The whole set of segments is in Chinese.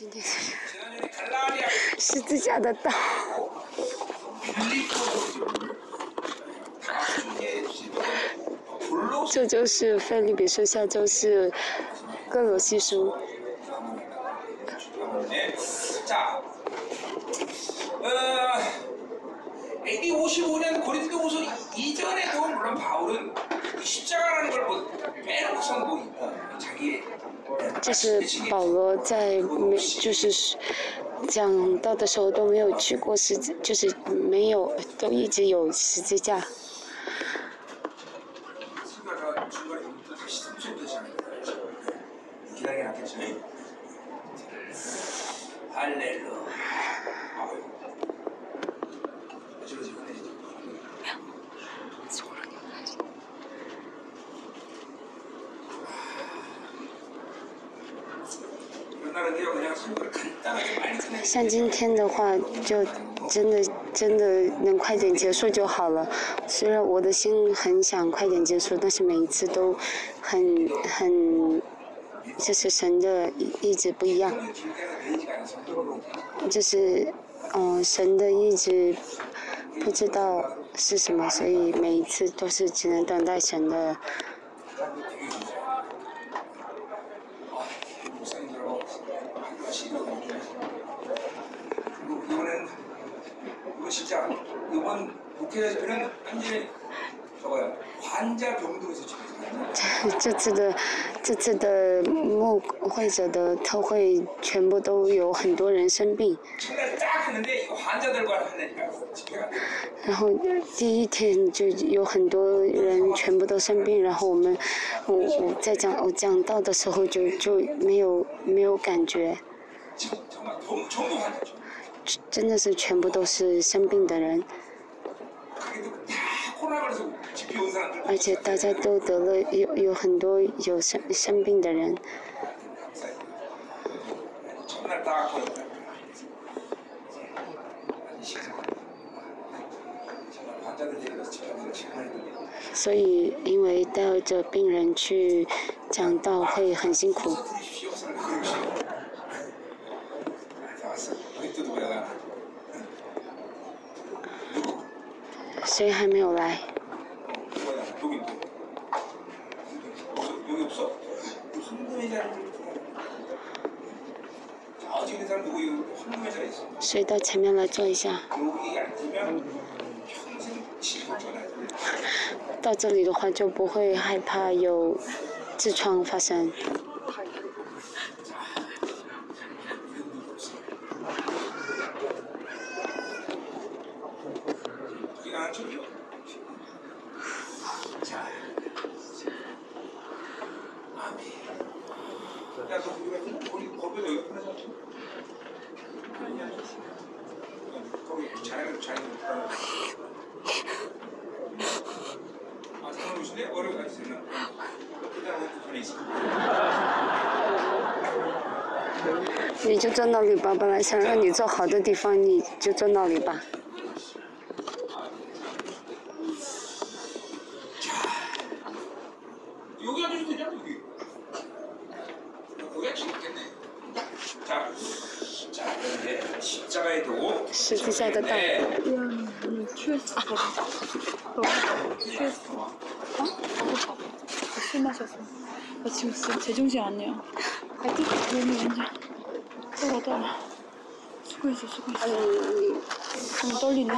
今天十字架的道。这就是腓立比书，下周是哥罗西书。 AD 55년 고린도후서 이전에도 물론 바울은 십자가라는 걸 빼놓고선 자기의 这是保罗在就是讲到的时候都没有去过十字，就是没有，都一直有十字架。像今天的话，就真的能快点结束就好了。虽然我的心很想快点结束，但是每一次都很就是神的意志不一样，就是神的意志不知道是什么，所以每一次都是只能等待神的。这次的牧会者的特会，全部都有很多人生病。然后第一天就有很多人全部都生病，然后我在讲道的时候就没有感觉，真的是全部都是生病的人。而且大家都得了，有很多有生病的人。所以，因为带着病人去讲道会很辛苦。谁还没有来？谁到前面来坐一下？到这里的话就不会害怕有痔疮发生。你就坐那里吧，本来想让你坐好的地方，你就坐那里吧。十字架的道。 술 마셨어. 나 지금 진짜 제정신 아니야. 몸이 완전 떨어. 수고했어. 너무 떨리네.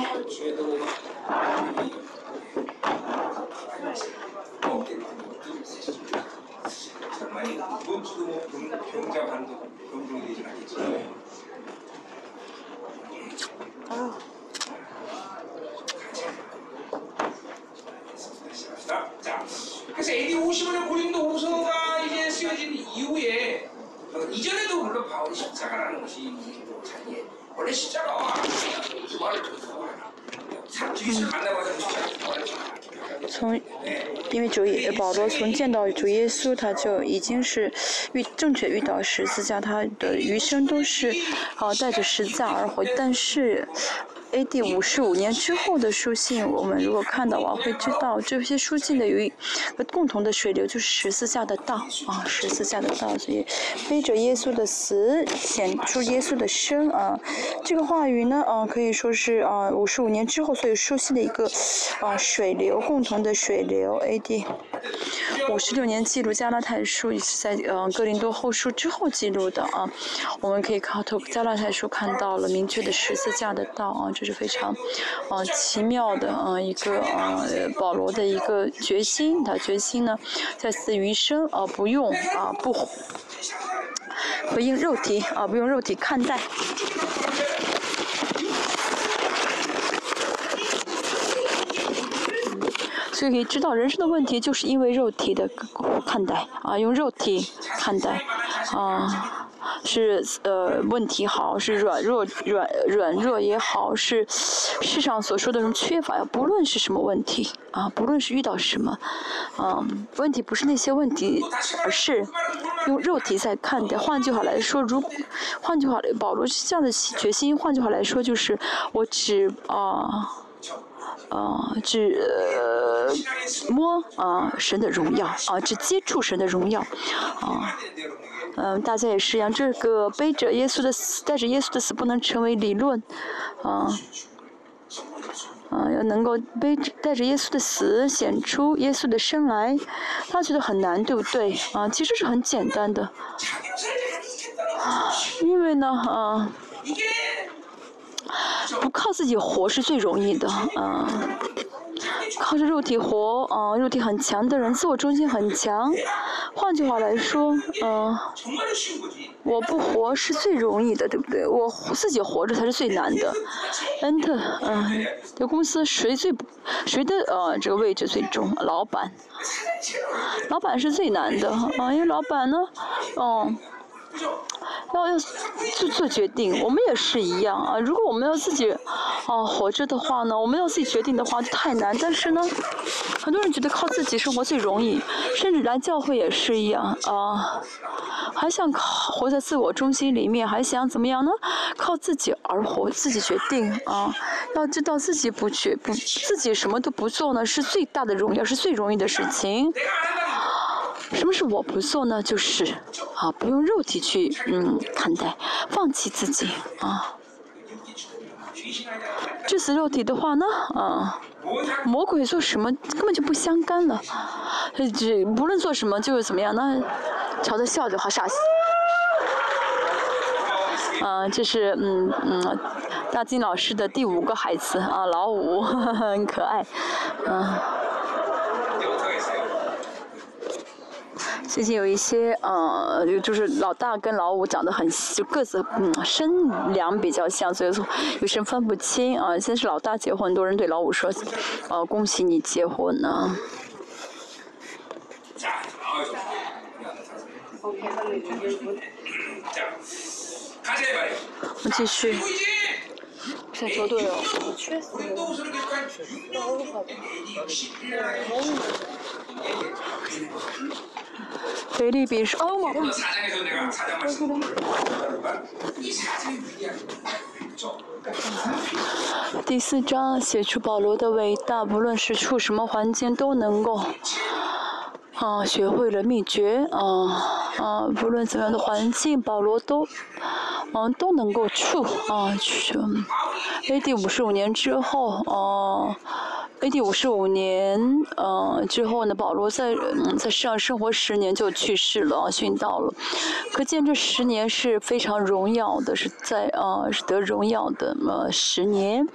그래서 AD 55년 고린도후서가 이제 쓰여진 이후에 이전에도 물론 바울이 십자가라는 것이 자기의 원래 십자가와 부활을 주기를 만나봐서 십자가를 因为保罗从见到主耶稣，他就已经是正确遇到十字架，他的余生都是带着十字架而活。但是 AD 55年之后的书信，我们如果看到啊，会知道这些书信的有一个共同的水流，就是十字架的道啊，十字架的道，所以背着耶稣的死，显出耶稣的生啊。这个话语呢，可以说是55年之后所有书信的一个水流，共同的水流。AD 56年记录加拉太书，也是在哥林多后书之后记录的啊。我们可以透过加拉太书看到了明确的十字架的道啊，这是非常奇妙的一个保罗的一个决心。他决心呢，在死余生不用不回应肉体不用肉体看待。所以可以知道，人生的问题就是因为肉体的看待用肉体看待是问题好，是软弱也好，是世上所说的什么缺乏呀，不论是什么问题不论是遇到什么问题不是那些问题，而是用肉体在看待。换句话来说，保罗是这样的决心。换句话来说，就是我只摸神的荣耀只接触神的荣耀大家也是一样，这个带着耶稣的死不能成为理论要能够带着耶稣的死显出耶稣的生来，他觉得很难，对不对其实是很简单的因为呢不靠自己活是最容易的靠着肉体活肉体很强的人，自我中心很强。换句话来说我不活是最容易的，对不对？我自己活着才是最难的。这公司谁的这个位置最重？老板是最难的因为老板呢要做决定，我们也是一样如果我们要自己活着的话呢，我们要自己决定的话就太难。但是呢，很多人觉得靠自己生活最容易，甚至来教会也是一样还想活在自我中心里面，还想怎么样呢？靠自己而活，自己决定要知道自己自己什么都不做呢，是最大的荣耀，是最容易的事情。什么是我不做呢？就是不用肉体去看待，放弃自己致死肉体的话呢魔鬼做什么根本就不相干了，不论做什么就是怎么样呢？朝他笑就好，傻死。这是大金老师的第5个孩子老五很可爱最近有一些就是老大跟老五长得很就个子身量比较像，所以说有时分不清先是老大结婚，很多人对老五说恭喜你结婚呢我继续现在저도요缺死腓立比书第4章写出保罗的伟大，不论是处什么环境都能够学会了秘诀不论怎样的环境，保罗都能够处AD 55年之后AD 55年之后呢，保罗在世上生活10年就去世了殉道了。可见这10年是非常荣耀的，是得荣耀的10年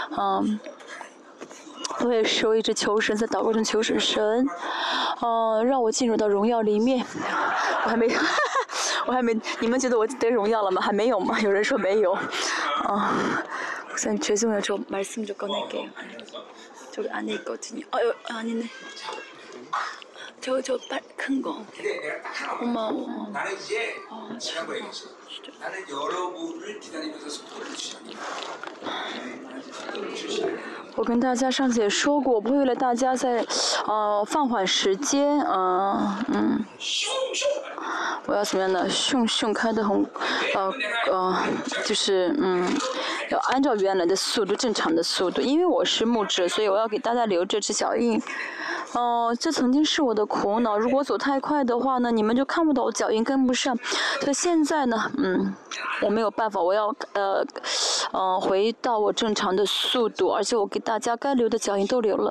我也是，我一直求神，在祷告中求神让我进入到荣耀里面。我还没，你们觉得我得荣耀了吗？还没有吗？有人说没有。우선 죄송해요. 저 말씀 좀 꺼낼게요. 저기 안에 있거든요. 아니네. 저 큰 거. 고마워. 나는 이제 지난번에 얘기했어. 나는 여러분을 기다리면서 스포를 주시합니다. 我跟大家上次也说过，我不会为了大家在放缓时间我要怎么样呢？开的就是要按照原来的速度，正常的速度。因为我是牧者，所以我要给大家留这只脚印。这曾经是我的苦恼。如果走太快的话呢，你们就看不到我脚印，跟不上。所以现在呢，我没有办法，我要回到我正常的速度，而且我给大家该留的脚印都留了。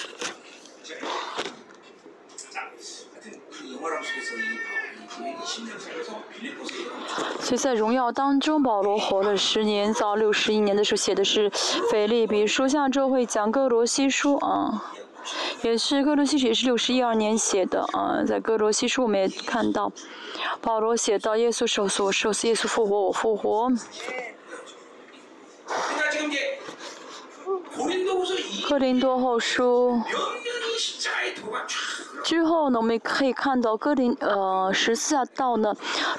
所以在荣耀当中，保罗活了10年，到61年的时候写的是腓立比书，下周会讲哥罗西书也是哥罗西书也是61、62年写的在哥罗西书我们也看到，保罗写到耶稣受死我受死，耶稣复活我复活。哥林多后书之后呢，我们可以看到十字架道呢，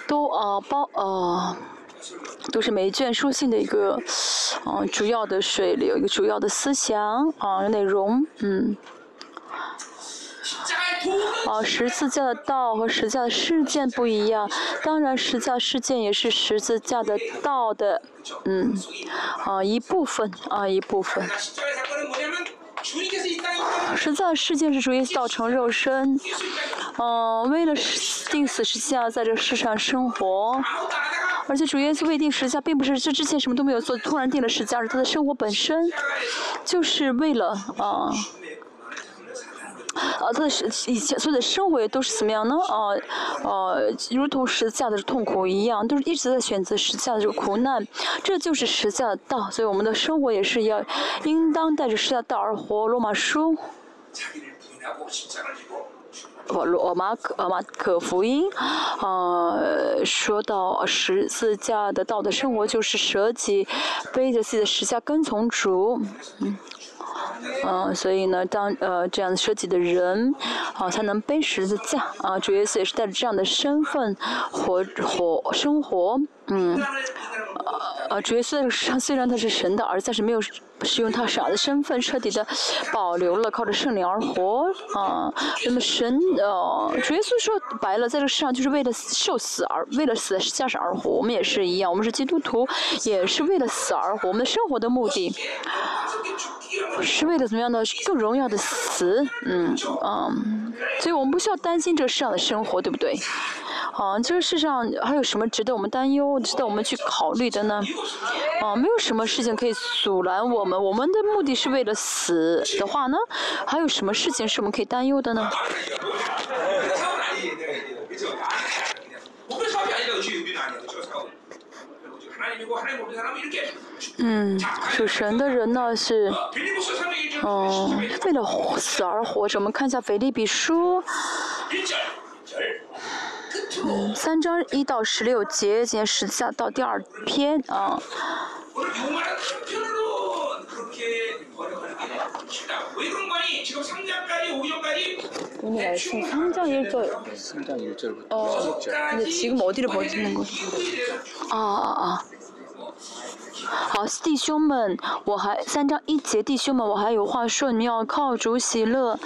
都是每一卷书信的一个主要的水流，一个主要的思想内容，十字架的道和十字架的事件不一样，当然十字架事件也是十字架的道的一部分。十字架事件是主耶稣道成肉身，为了定死十字架在这世上生活，而且主耶稣未定十字架，并不是这之前什么都没有做，突然定了十字架，而他的生活本身就是为了他的以前所有的生活也都是怎么样呢？如同十字架的痛苦一样，都是一直在选择十字架的这个苦难，这就是十字架的道。所以我们的生活也是应当带着十字架的道而活。罗马书。马可福音，说到十字架的道的生活，就是舍己，背着自己的十字架跟从主。所以呢，当这样舍己的人，才能背十字架。主耶稣也是带着这样的身份生活。主耶稣在这个世上虽然他是神的儿子，但是没有使用他傻的身份，彻底的保留了靠着圣灵而活。那么主耶稣说白了，在这个世上就是为了为了死在十字架上而活。我们也是一样，我们是基督徒，也是为了死而活。我们的生活的目的是为了怎么样的更荣耀的死，所以我们不需要担心这个世上的生活，对不对？这个世上还有什么值得我们担忧、值得我们去考虑的呢？没有什么事情可以阻拦我们。我们的目的是为了死的话呢，还有什么事情是我们可以担忧的呢？属神的人呢是，为了死而活着。我们看一下腓立比书，3章1到16节，今天十字架到第2篇오늘 말씀 3장 1절. 근데 지금 어디를 보시는 거죠? 好，弟兄们，3章1节，弟兄们，我还有话说，你们要靠主喜乐。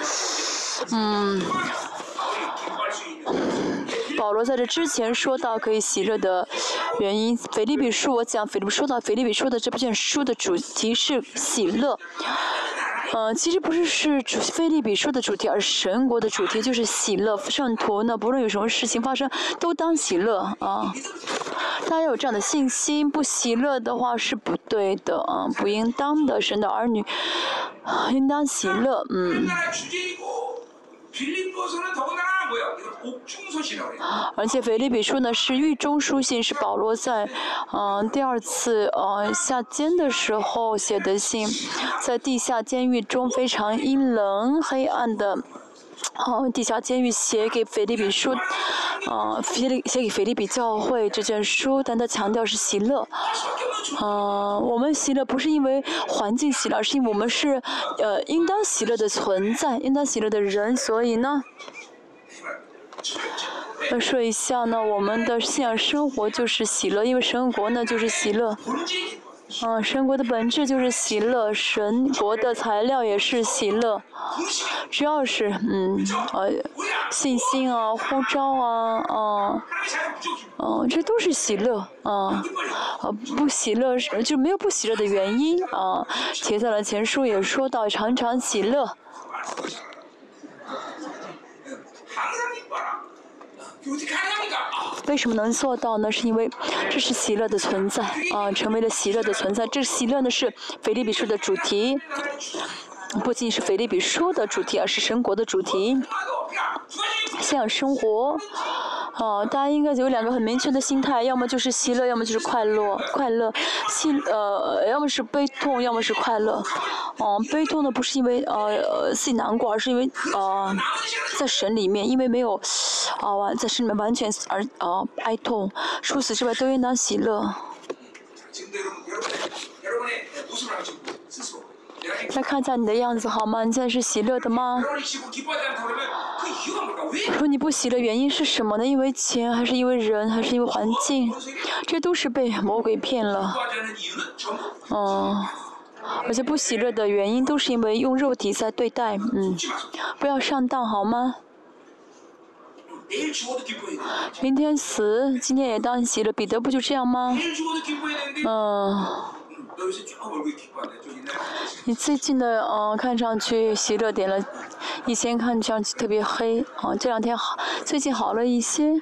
保罗在这之前说到可以喜乐的原因。腓立比书，我讲腓立比书的这卷书的主题是喜乐。其实不是腓立比书的主题，而是神国的主题，就是喜乐。圣徒呢，不论有什么事情发生，都当喜乐大家有这样的信心，不喜乐的话是不对的不应当的。神的儿女应当喜乐。而且腓立比书呢是狱中书信，是保罗在第2次下监的时候写的信，在地下监狱中非常阴冷黑暗的地下监狱写给腓立比书，写给腓立比教会这卷书，但他强调是喜乐。我们喜乐不是因为环境喜乐，而是因为我们是应当喜乐的存在，应当喜乐的人。所以呢，说一下呢，我们的信仰生活就是喜乐，因为神国呢就是喜乐。神国的本质就是喜乐，神国的材料也是喜乐。只要是信心啊、呼召啊，这都是喜乐不喜乐就没有不喜乐的原因啊。帖撒罗尼迦前书也说到，常常喜乐。为什么能做到呢？是因为这是喜乐的存在成为了喜乐的存在。这喜乐呢是腓立比书的主题，不仅是腓立比书的主题，而是神国的主题。信仰生活，大家应该有2个很明确的心态，要么就是喜乐，要么就是快乐。要么是悲痛，要么是快乐。悲痛呢不是因为自己难过，而是因为在神里面，因为没有在神里面完全哀痛，除此之外都应当喜乐。再看一下你的样子好吗？你现在是喜乐的吗？如果你不喜乐，原因是什么呢？因为钱，还是因为人，还是因为环境？这都是被魔鬼骗了。而且不喜乐的原因都是因为用肉体在对待，不要上当好吗？明天死，今天也当喜乐，彼得不就这样吗？你最近的看上去喜乐点了，以前看上去特别黑，这2天最近好了一些。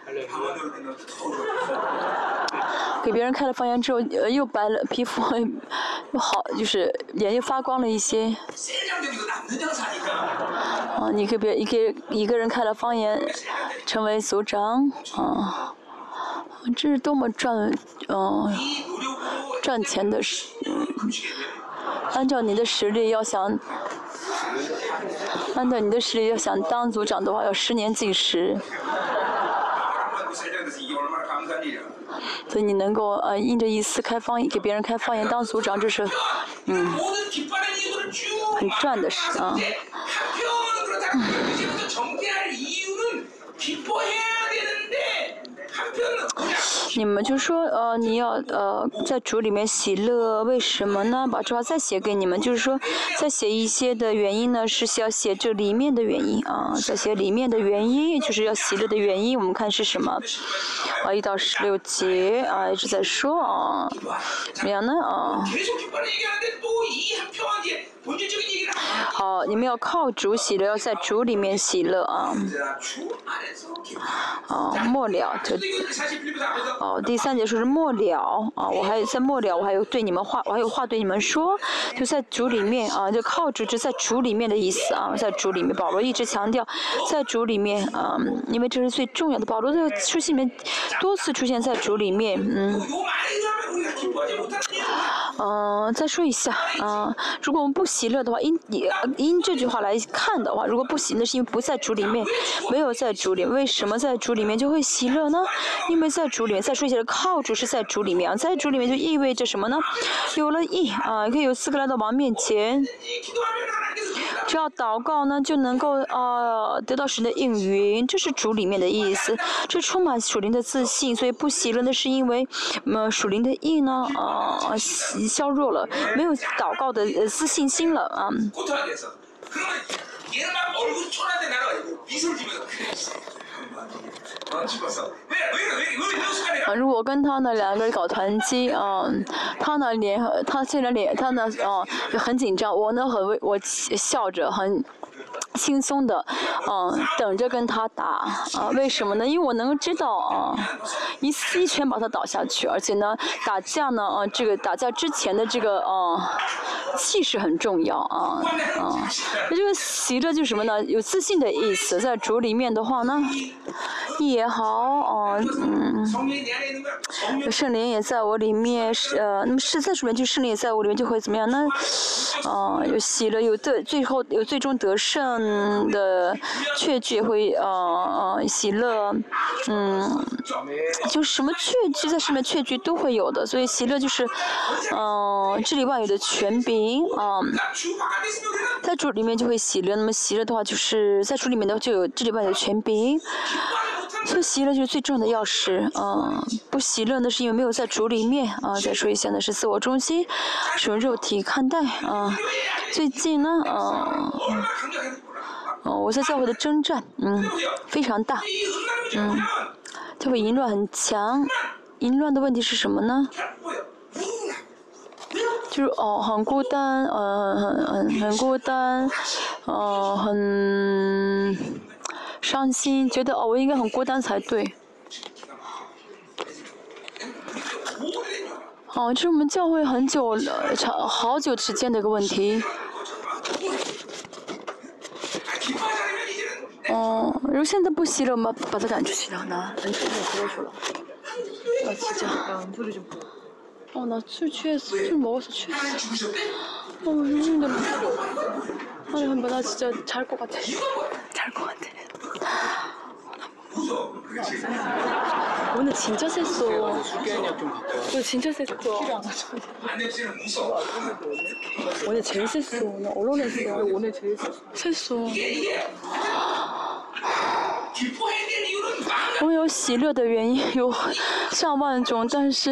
给别人开了方言之后，又白了，皮肤又好，就是脸又发光了一些。你给一个人开了方言，成为组长，这是多么赚钱的事。按照你的实力要想当组长的话，要10年计时。所以你能够因着一次给别人开方言当组长，这是很赚的事你们就说你要在主里面喜乐，为什么呢？把这话再写给你们，就是说再写一些的原因呢，是要写这里面的原因再写里面的原因，就是要喜乐的原因。我们看是什么？1到16节一直在说怎么样呢你们要靠主喜乐，要在主里面喜乐末了第3节说是末了我还有在末了，我还有话对你们说，就在主里面就靠主，就在主里面的意思在主里面。保罗一直强调在主里面因为这是最重要的。保罗的书信里面多次出现在主里面再说一下如果我们不喜乐的话，因这句话来看的话，如果不喜乐是因为不在主里面，没有在主里面。为什么在主里面就会喜乐呢？因为在主里面。再说一下，靠主是在主里面在主里面就意味着什么呢？有了义可以有4个来到王面前，只要祷告呢，就能够得到神的应允，这是主里面的意思。这充满属灵的自信，所以不喜乐的是因为属灵的义呢削弱了，没有祷告的自信心了如果跟他呢2个搞团击他虽然很紧张，我呢我笑着很轻松的等着跟他打为什么呢？因为我能知道一拳把他倒下去，而且呢打架呢这个打架之前的这个气势很重要那这个喜乐就是什么呢？有自信的意思。在主里面的话呢，义也好圣灵也在我里面那么是在主里面，就圣灵也在我里面，就会怎么样呢？有喜乐，最后有最终得胜的确据会喜乐就什么确据在上面确据都会有的，所以喜乐就是治理万有的权柄在主里面就会喜乐。那么喜乐的话，就是在主里面的就有治理万有的权柄，所以喜乐就是最重要的钥匙不喜乐呢是因为没有在主里面再说一下呢是自我中心，是用肉体看待最近呢我在教会的征战，非常大，教会淫乱很强，淫乱的问题是什么呢？就是很孤单，很孤单，很伤心，觉得我应该很孤单才对。这是我们教会很久了，好久时间的一个问题。如果现在不洗了，我们把它赶出去了，나 진짜. 나 술 취했어. 술 먹어서 취했어. 너무 힘들어. 아니, 나 진짜 잘 것 같아. 잘 것 같아. 오늘 진짜 셌어. 오늘 진짜 셌어. 오늘 제일 셌어. 나 얼얼했어. 오늘 제일 셌어. 我有喜乐的原因有上万种，但是，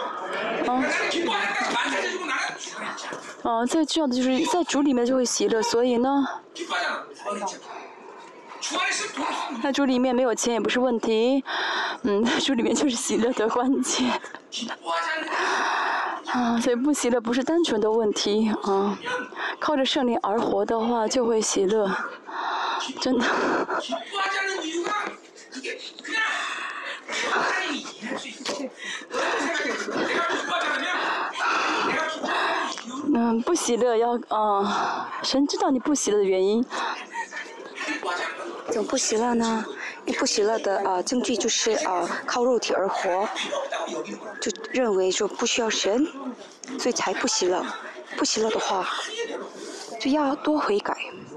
最重要的就是在主里面就会喜乐，所以呢，在主里面没有钱也不是问题，在主里面就是喜乐的关键，所以不喜乐不是单纯的问题，靠着圣灵而活的话就会喜乐，真的。不喜乐要神知道你不喜乐的原因。 怎么不喜乐呢？因为不喜乐的证据就是靠肉体而活，就认为说不需要神，所以才不喜乐。不喜乐的话，就要多悔改。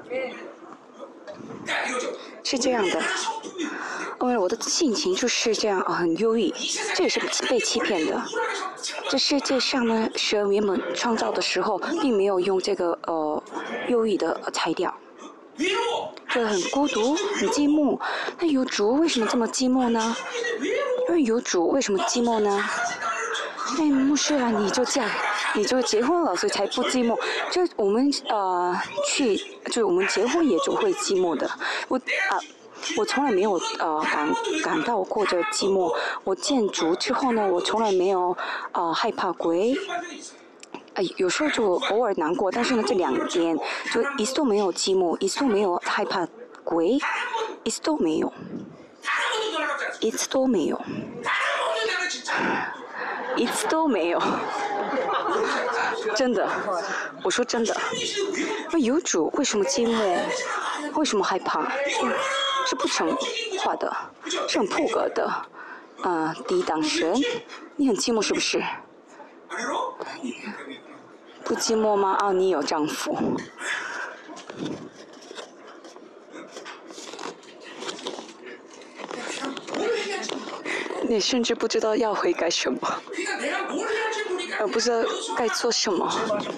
是这样的，因为我的性情就是这样很忧郁，这也是被欺骗的。这世界上呢，神原本创造的时候，并没有用这个忧郁的材料，就很孤独、很寂寞。那有主为什么这么寂寞呢？因为有主为什么寂寞呢？牧师啊，你就结婚了，所以才不寂寞。就我们就我们结婚也就会寂寞的。我从来没有感到过这寂寞。我见主之后呢，我从来没有害怕鬼。有时候就偶尔难过，但是呢，这2天就一次都没有寂寞，一次都没有害怕鬼，一次都没有，一次都没有。一次都没有，真的，我说真的。那有主为什么寂寞？为什么害怕？是不成话的，是很破格的。抵挡神，你很寂寞是不是？不寂寞吗？你有丈夫。你甚至不知道要悔改什么，不知道该做什么。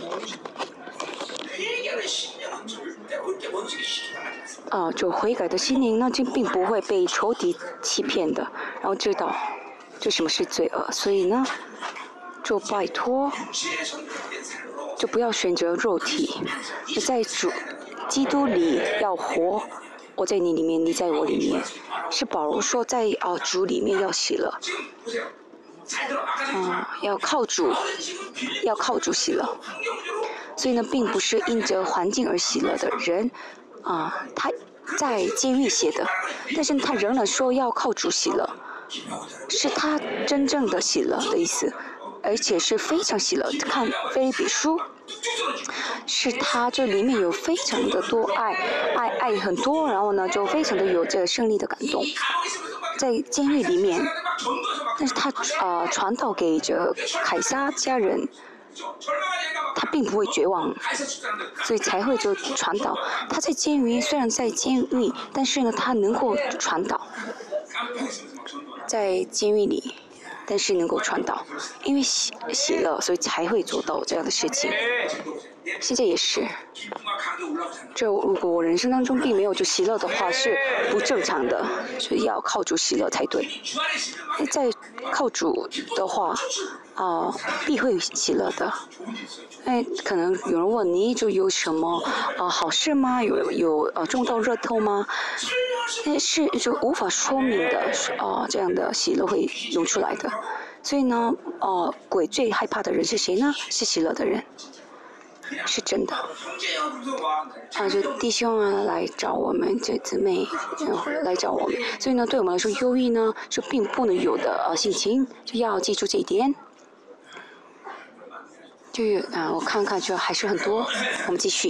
就悔改的心灵，那就并不会被仇敌欺骗的，然后知道这什么是罪恶，所以呢，就拜托，就不要选择肉体，在基督里要活。我在你里面，你在我里面，是保罗说在主里面要喜乐，要靠主喜乐。所以呢，并不是因着环境而喜乐的人，他在监狱写的，但是他仍然说要靠主喜乐，是他真正的喜乐的意思，而且是非常喜乐。看腓立比书。是他这里面有非常的多爱很多，然后呢就非常的有这个胜利的感动，在监狱里面，但是他传道给这凯撒家人，他并不会绝望，所以才会就传导。他在监狱虽然在监狱，但是呢他能够传导，在监狱里。但是能够传导，因为喜乐，所以才会做到这样的事情。 现在也是。这如果我人生当中并没有就喜乐的话，是不正常的，所以要靠主喜乐才对。在靠主的话，必会喜乐的。可能有人问你就有什么好事吗？有中到乐透吗？是就无法说明的这样的喜乐会涌出来的。所以呢，鬼最害怕的人是谁呢？是喜乐的人。是真的。就弟兄来找我们，这姊妹来找我们，所以呢，对我们来说，忧郁呢是并不能有的性情，就要记住这一点。就我看看，就还是很多。我们继续。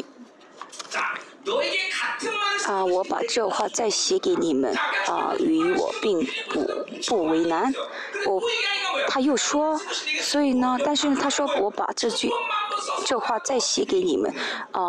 我把这话再写给你们，与我并不为难。他又说，所以呢，但是他说我把这话再写给你们，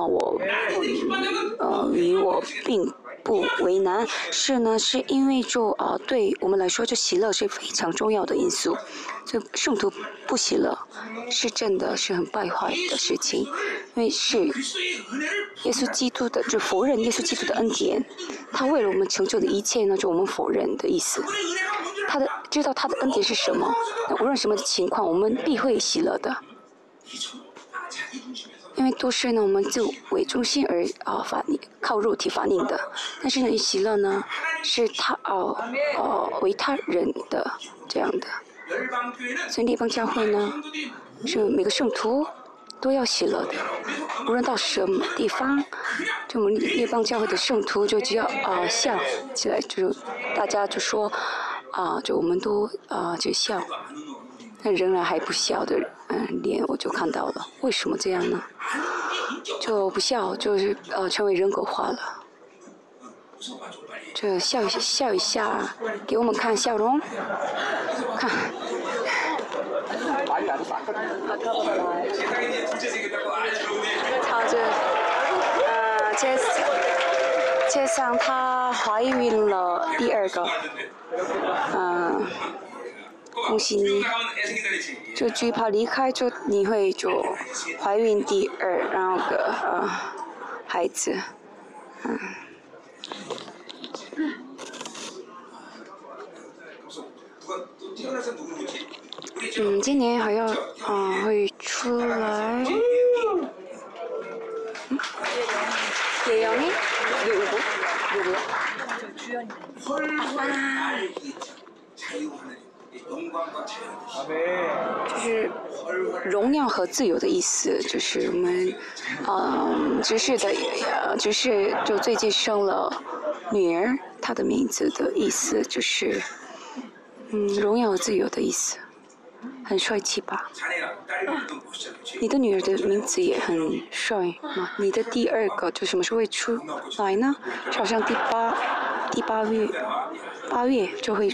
与我并不为难。是因为对我们来说，这喜乐是非常重要的因素。这圣徒不喜乐，是真的是很败坏的事情，因为是耶稣基督的，就否认耶稣基督的恩典，他为了我们成就的一切呢，就我们否认的意思。知道他的恩典是什么，无论什么情况，我们必会喜乐的。因为都是呢，我们就为中心而靠肉体反应的，但是呢，喜乐呢，是他为他人的这样的。所以列邦教会呢，是每个圣徒都要喜乐的，无论到什么地方，就我们列邦教会的圣徒就只要笑起来，就大家就说就我们都就笑，但仍然还不笑的脸我就看到了，为什么这样呢？就不笑，就是成为人格化了。这笑一下，给我们看笑容，看。接上她怀孕了第2个，恭喜你！就惧怕离开，就你会就怀孕第2个孩子，今年还要会出来。예영이? 누구요? 아. 就是荣耀和自由的意思，就是我们执事就最近生了女儿，她的名字的意思就是荣耀和自由的意思，很帅气吧？你的女儿的名字也很帅吗？你的第2个就什么时候会出来呢？好像第8月就会。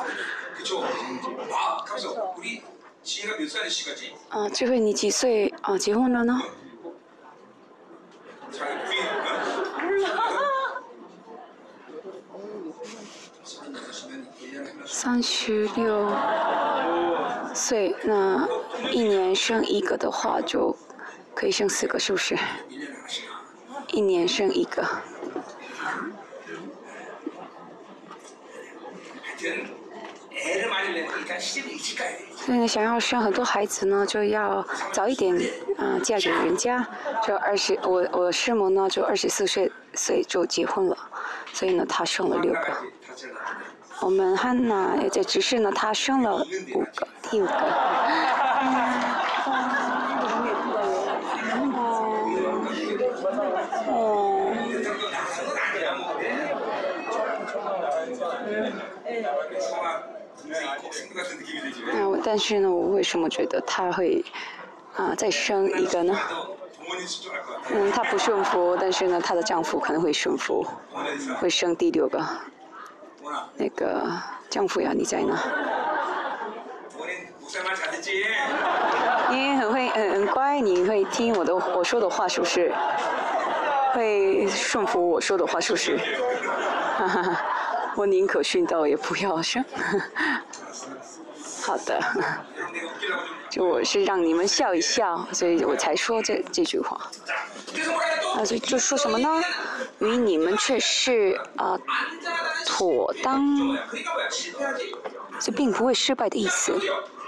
这回你几岁结婚了呢？36岁，那1年生1个的话，就可以生4个，是不是？1年生1个。所以呢，想要生很多孩子呢，就要早一点嫁给人家。我师母呢，就24岁就结婚了，所以呢，她生了6个。我们汉娜也在执事呢，她生了5个，第5个。但是呢，我为什么觉得她会再生1个呢？她不顺服，但是呢，她的丈夫可能会顺服，会生第6个。那个丈夫呀，你在哪？你很乖，你会听我说的话，是不是？会顺服我说的话，是不是？哈哈哈，我宁可殉道，也不要生。好的， 就我是让你们笑一笑，所以我才说这句话。所以就说什么呢？与你们却是妥当，这并不会失败的意思。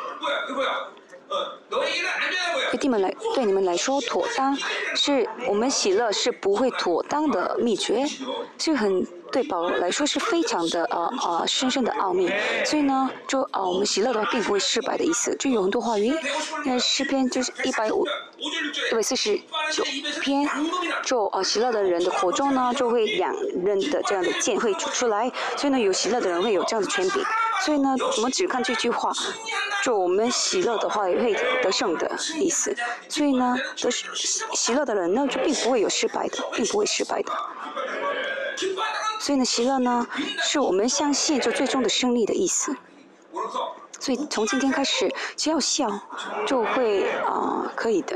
对你们来说，妥当是我们喜乐是不会妥当的秘诀，是很对保罗来说是非常的深深的奥秘。所以呢，我们喜乐的话并不会失败的意思。就有很多话语，那诗篇就是149篇，就喜乐的人的口中呢，就会两刃的这样的剑会出来。所以呢，有喜乐的人会有这样的权柄。所以呢，我们只看这句话，就我们喜乐的话也会得胜的意思。所以呢，喜乐的人呢就并不会有失败的，并不会失败的。所以呢，喜乐呢是我们相信就最终的胜利的意思。所以从今天开始，只要笑，就会可以的。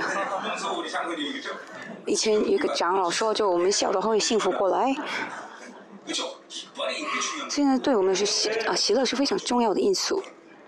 以前有一个长老说，就我们笑的话会幸福过来。所以呢，对我们是喜乐是非常重要的因素。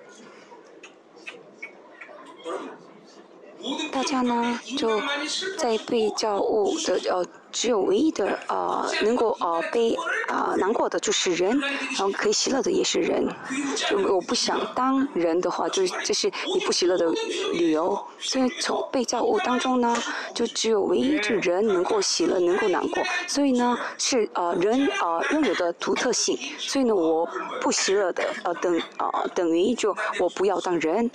大家呢就在被造物的只有唯一的能够难过的就是人，然后可以喜乐的也是人。就我不想当人的话，这是你不喜乐的理由。所以从被造物当中呢，就只有唯一就人能够喜乐，能够难过。所以呢，是人拥有的独特性。所以呢，我不喜乐的等于就我不要当人，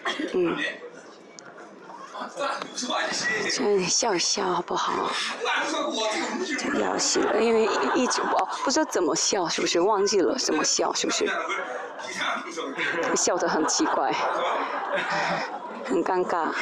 所以笑一笑好不好？就要喜乐，因为一直不知道怎么笑，是不是忘记了怎么笑？是不是？笑得很奇怪，很尴尬。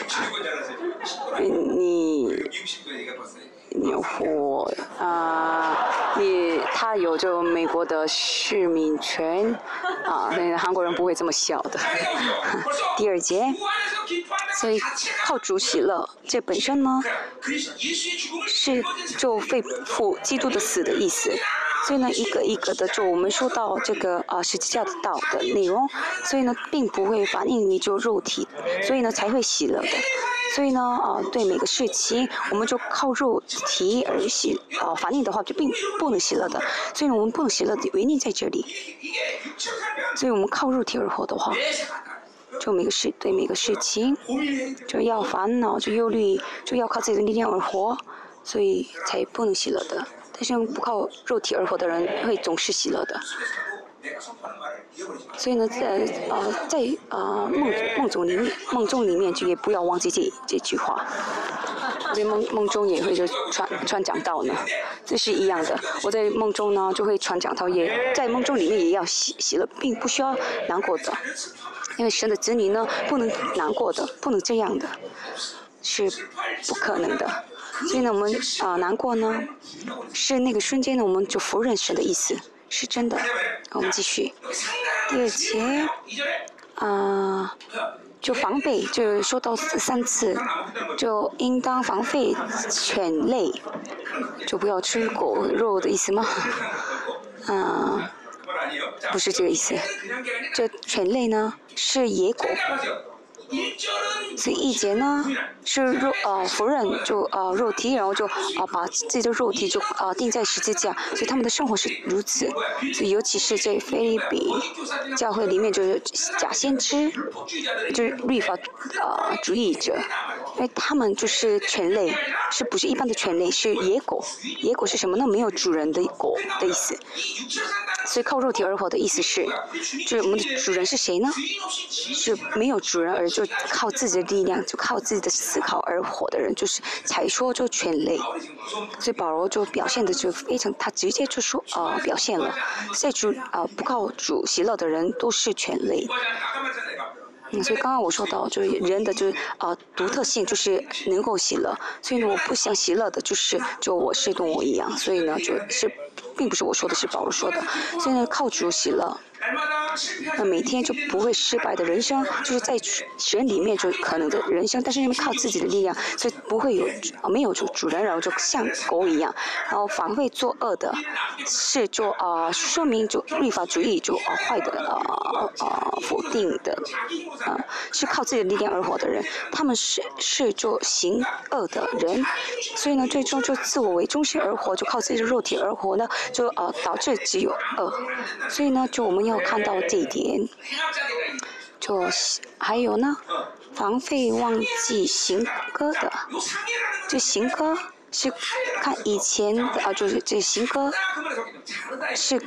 他有就美国的市民权那韩国人不会这么笑的。第二节，所以靠主喜乐，这本身呢是就肺腑基督的死的意思。所以呢，一个一个的就我们说到这个十字架的道的内容，所以呢并不会反映你就肉体，所以呢才会喜乐的。所以呢，对每个事情，我们就靠肉体而反应的话，就并不能喜乐的。所以呢，我们不能喜乐的原因在这里。所以我们靠肉体而活的话，就对每个事情，就要烦恼，就忧虑，就要靠自己的力量而活，所以才不能喜乐的。但是不靠肉体而活的人，会总是喜乐的。所以呢，在梦中里面就也不要忘记这句话。在梦中也会就传讲道呢，这是一样的。我在梦中呢就会传讲道，也在梦中里面也要喜乐，并不需要难过的。因为神的子女呢不能难过的，不能这样的，是不可能的。所以呢，我们难过呢，是那个瞬间呢，我们就否认神的意思。是真的，我们继续。第二节，就防备，就说到3次，就应当防备犬类，就不要吃狗肉的意思吗？不是这个意思。这犬类呢是野狗。所以1节呢是否认就肉体，然后就把自己的肉体就钉在十字架，所以他们的生活是如此。所以尤其是在腓立比教会里面，就是假先知，就是律法主义者，因为他们就是犬类，是不是一般的犬类？是野狗。野狗是什么呢？没有主人的狗的意思。所以靠肉体而活的意思是，就是我们的主人是谁呢？是没有主人而就靠自己的力量，就靠自己的思考而活的人，就是才说就犬类。所以保罗就表现的就非常，他直接就说表现了，在主不靠主喜乐的人都是犬类。所以刚刚我说到，就是人的就是独特性就是能够喜乐，所以呢，我不想喜乐的就我是动物一样，所以呢，就是并不是我说的，是保罗说的。所以呢，靠主喜乐， 每天就不会失败的人生，就是在神里面就可能的人生，但是因为靠自己的力量，所以不会有没有主人，然后就像狗一样，然后反会作恶的，是就说明就律法主义就坏的否定的是靠自己的力量而活的人，他们是就行恶的人，所以呢，最终就自我为中心而活，就靠自己的肉体而活呢，就导致只有恶，所以呢，就我们要看到这一点，就还有呢，防备忘记行歌的，就行歌是看以前的就是这行歌是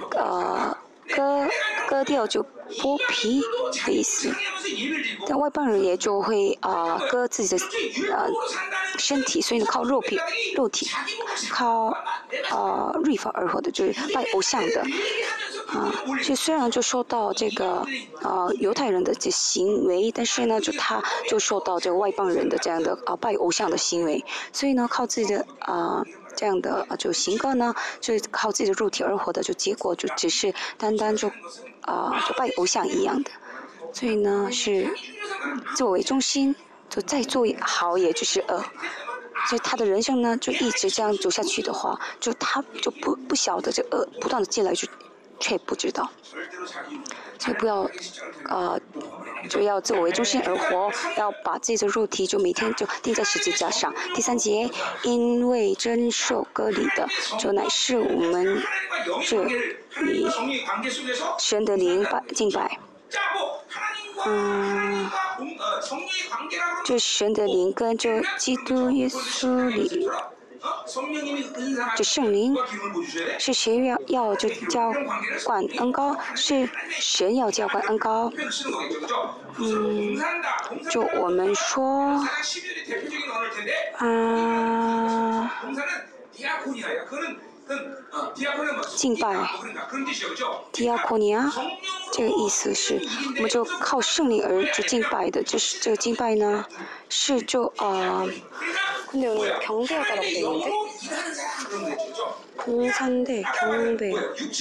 割掉就剥皮的意思，但外邦人也就会割自己的身体，所以呢靠肉体靠律法而活的，就是拜偶像的就虽然就说到这个犹太人的这行为，但是呢就他就受到这个外邦人的这样的拜偶像的行为，所以呢靠自己的这样的就行歌呢，就是靠自己的肉体而活的，就结果就只是单单就拜偶像一样的，所以呢是自我为中心，就再做好也就是恶，所以他的人生呢就一直这样走下去的话，就他就不晓得这恶不断的进来，就却不知道，所以不要就要自我为中心而活，要把自己的肉体就每天就钉在十字架上。第3节，因为真受割礼的，就乃是我们这里神的灵敬拜。这神的灵跟这基督耶稣里。这圣灵是谁要就浇灌恩膏？是神要浇灌恩膏。就我们说，敬拜，diakonia，这个意思是，我们就靠圣灵而就敬拜的，就是这个敬拜呢，是就근데 오늘 경배하다라고 되어 있는데? 공산대, 경배.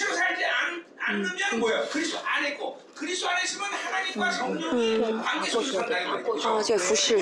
저服侍，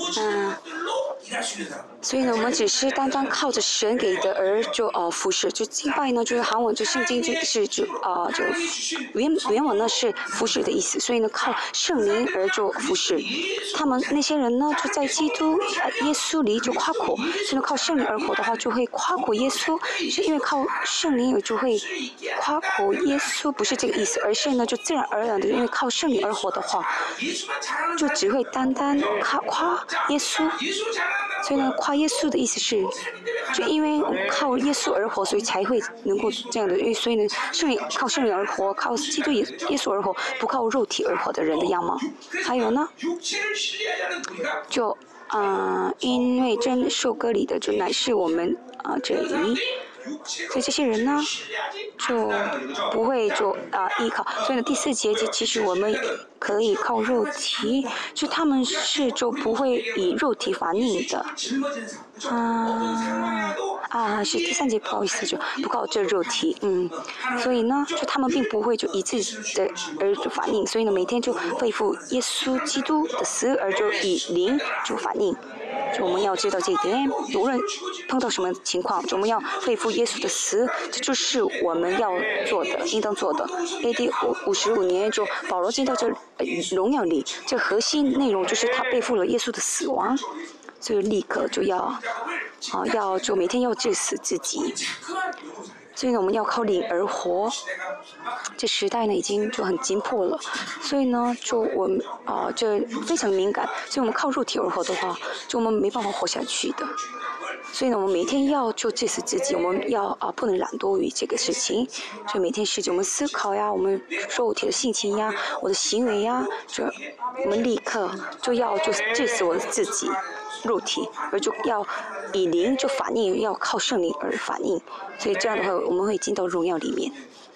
所以呢，我们只是单单靠着神给的而就服侍，就敬拜呢，就是韩文就圣经就是就原文呢是服侍的意思，所以呢靠圣灵而就服侍。他们那些人呢就在基督耶稣里就夸口，所以呢靠圣灵而活的话就会夸口耶稣，是因为靠圣灵就会夸口耶稣，不是这个意思，而是呢就自然而然的，因为靠圣灵而活的话，就只会单单夸耶稣。所以呢，夸耶稣的意思是，就因为靠耶稣而活，所以才会能够这样的。因为所以呢，靠圣灵而活，靠基督耶稣而活，不靠肉体而活的人的样貌。还有呢，就因为真受割礼的，就乃是我们这里。所以这些人呢，就不会就依靠。所以呢，第4节其实我们可以靠肉体，就他们是就不会以肉体反应的。是第3节，不好意思，就不靠这肉体，所以呢，就他们并不会就以自己的而就反应，所以呢，每天就背负耶稣基督的死而就以灵就反应。就我们要知道这一点，无论碰到什么情况，就我们要背负耶稣的死，这就是我们要做的，应当做的。AD 55年，就保罗进到这荣耀里，这核心内容就是他背负了耶稣的死亡，所以立刻就要就每天要致死自己。所以呢，我们要靠灵而活。这时代呢，已经就很紧迫了。所以呢，就我们这非常敏感。所以我们靠肉体而活的话，就我们没办法活下去的。所以呢，我们每天要就致死自己，我们要不能懒惰于这个事情。就每天我们思考呀，我们肉体的性情呀，我的行为呀，就我们立刻就要就致死我自己。肉体，而就要以灵就反应，要靠圣灵而反应，所以这样的话，我们会进到荣耀里面。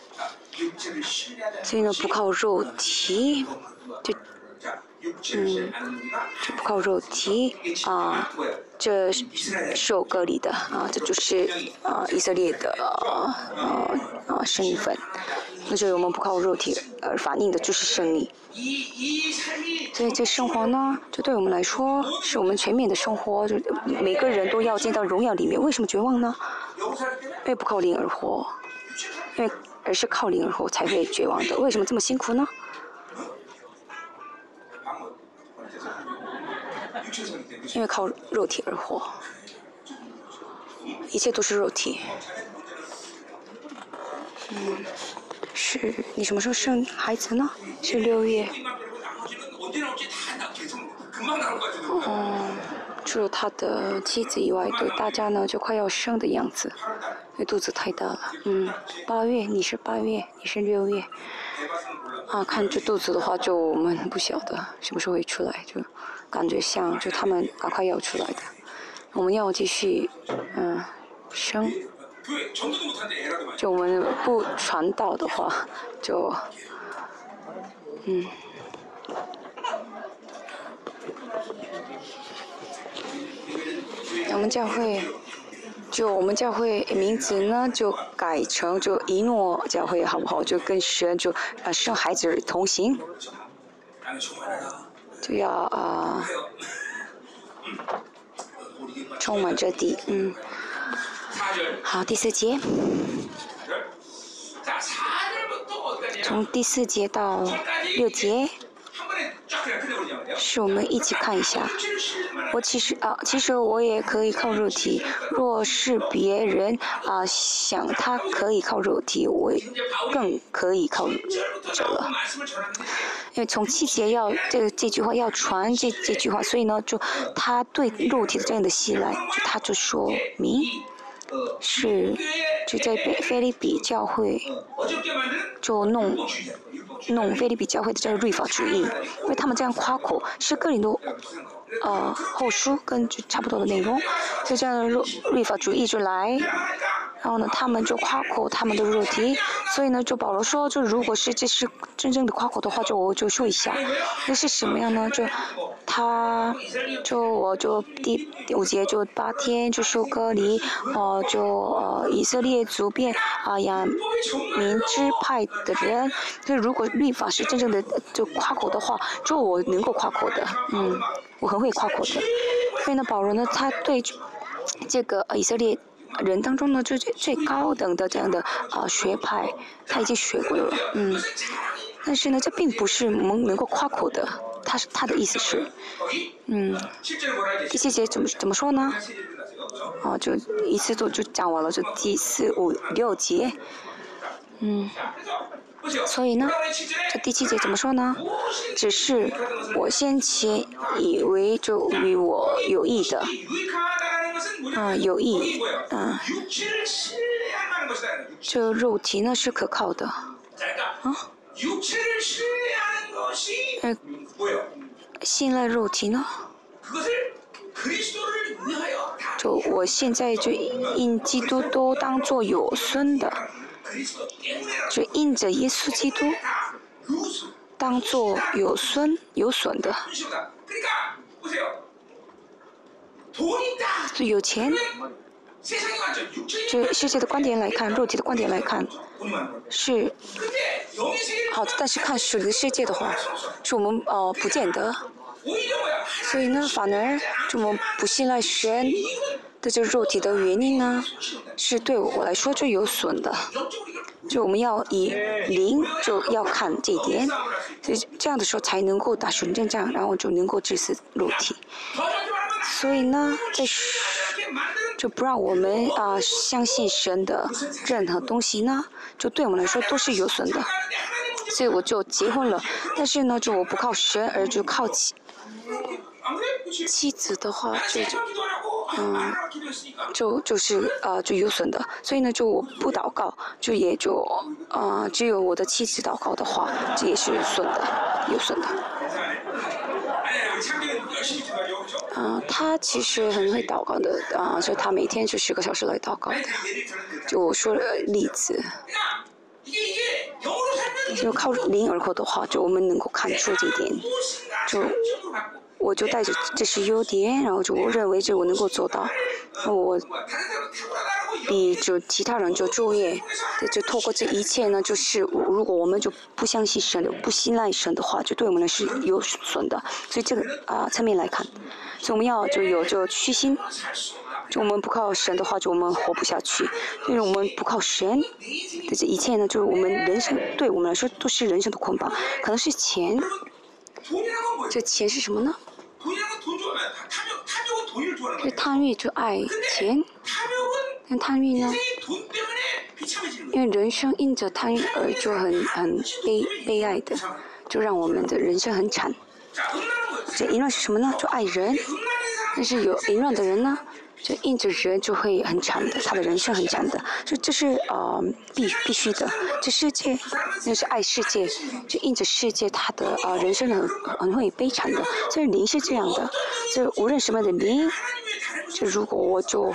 所以呢，不靠肉体，就不靠肉体这受割礼的这就是以色列的身份。 那就我们不靠肉体而反映的就是胜利。所以这生活呢，就对我们来说是我们全面的生活，就每个人都要进到荣耀里面。为什么绝望呢？因为不靠灵而活，而是靠灵而活才会绝望的。为什么这么辛苦呢？因为靠肉体而活，一切都是肉体。是你什么时候生孩子呢？是6月。除了他的妻子以外，对大家呢就快要生的样子，因为肚子太大了。8月，你是8月，你是6月。看这肚子的话，就我们不晓得什么时候会出来，就感觉像就他们赶快要出来的。我们要继续生。就我们不传道的话，就我们教会名字呢就改成就一诺教会好不好？就跟神就生孩子同行，就要充满着地。好，第4节，从第4节到6节，是我们一起看一下。其实我也可以靠肉体。若是别人想他可以靠肉体，我更可以靠着了。因为从7节这句话要传这句话，所以呢，就他对肉体的这样的依赖，就他就说明。就在腓立比教会，就弄腓立比教会的这个律法主义，因为他们这样夸口，是哥林多后书跟就差不多的内容，就这样的律法主义就来，然后呢，他们就夸口他们的肉体，所以呢，就保罗说，就如果是这是真正的夸口的话，我就说一下，那是什么样呢？我就第5节就8天就受割礼，以色列族变亚民支派的人，就如果律法是真正的就夸口的话，就我能够夸口的，我很会夸口的。所以呢，保罗呢，他对这个以色列人当中呢，最高等的这样的学派，他已经学过了，但是呢，这并不是能够夸口的。他的意思是，第7节怎么说呢？就一次就讲完了，就第4、5、6节，所以呢，这第7节怎么说呢？只是我先前以为就与我有益的，有益，这肉体呢是可靠的，信赖肉体呢？就我现在就因基督都当作有损的，就因着耶稣基督当作有损的。就有钱，就世界的观点来看，肉体的观点来看，是好的，但是看属灵世界的话，是我们不见得。所以呢，反而就我们不信赖神的这肉体的原因呢，是对我来说最有损的。就我们要以灵就要看这一点，所以这样的时候才能够打纯正仗，然后就能够治死肉体。所以呢，就不让我们相信神的任何东西呢，就对我们来说都是有损的。所以我就结婚了，但是呢，就我不靠神，而就靠妻子的话，就是有损的。所以呢，就我不祷告，就也就只有我的妻子祷告的话，这也是有损的。他其实很会祷告的所以他每天就10个小时来祷告的。就我说了例子，就靠灵而活的话，就我们能够看出这一点。我就带着这是优点，然后就我认为这我能够做到。 比就其他人就注意，就透过这一切呢，就是如果我们就不相信神的、不信赖神的话，就对我们是有损的。所以这个侧面来看，所以我们要就有就虚心。就我们不靠神的话，就我们活不下去。就是我们不靠神的这一切呢，就是我们人生对我们来说都是人生的捆绑，可能是钱。这钱是什么呢？这贪欲就爱钱，但贪欲呢？因为人生因着贪欲而就很悲哀的，就让我们的人生很惨。这淫乱是什么呢？就爱人，但是有淫乱的人呢？就因着人就会很惨的，他的人生很惨的，所以这是必须的。这世界那是爱世界，就因着世界他的人生很会悲惨的。所以灵是这样的，就无论什么样的灵，就如果我就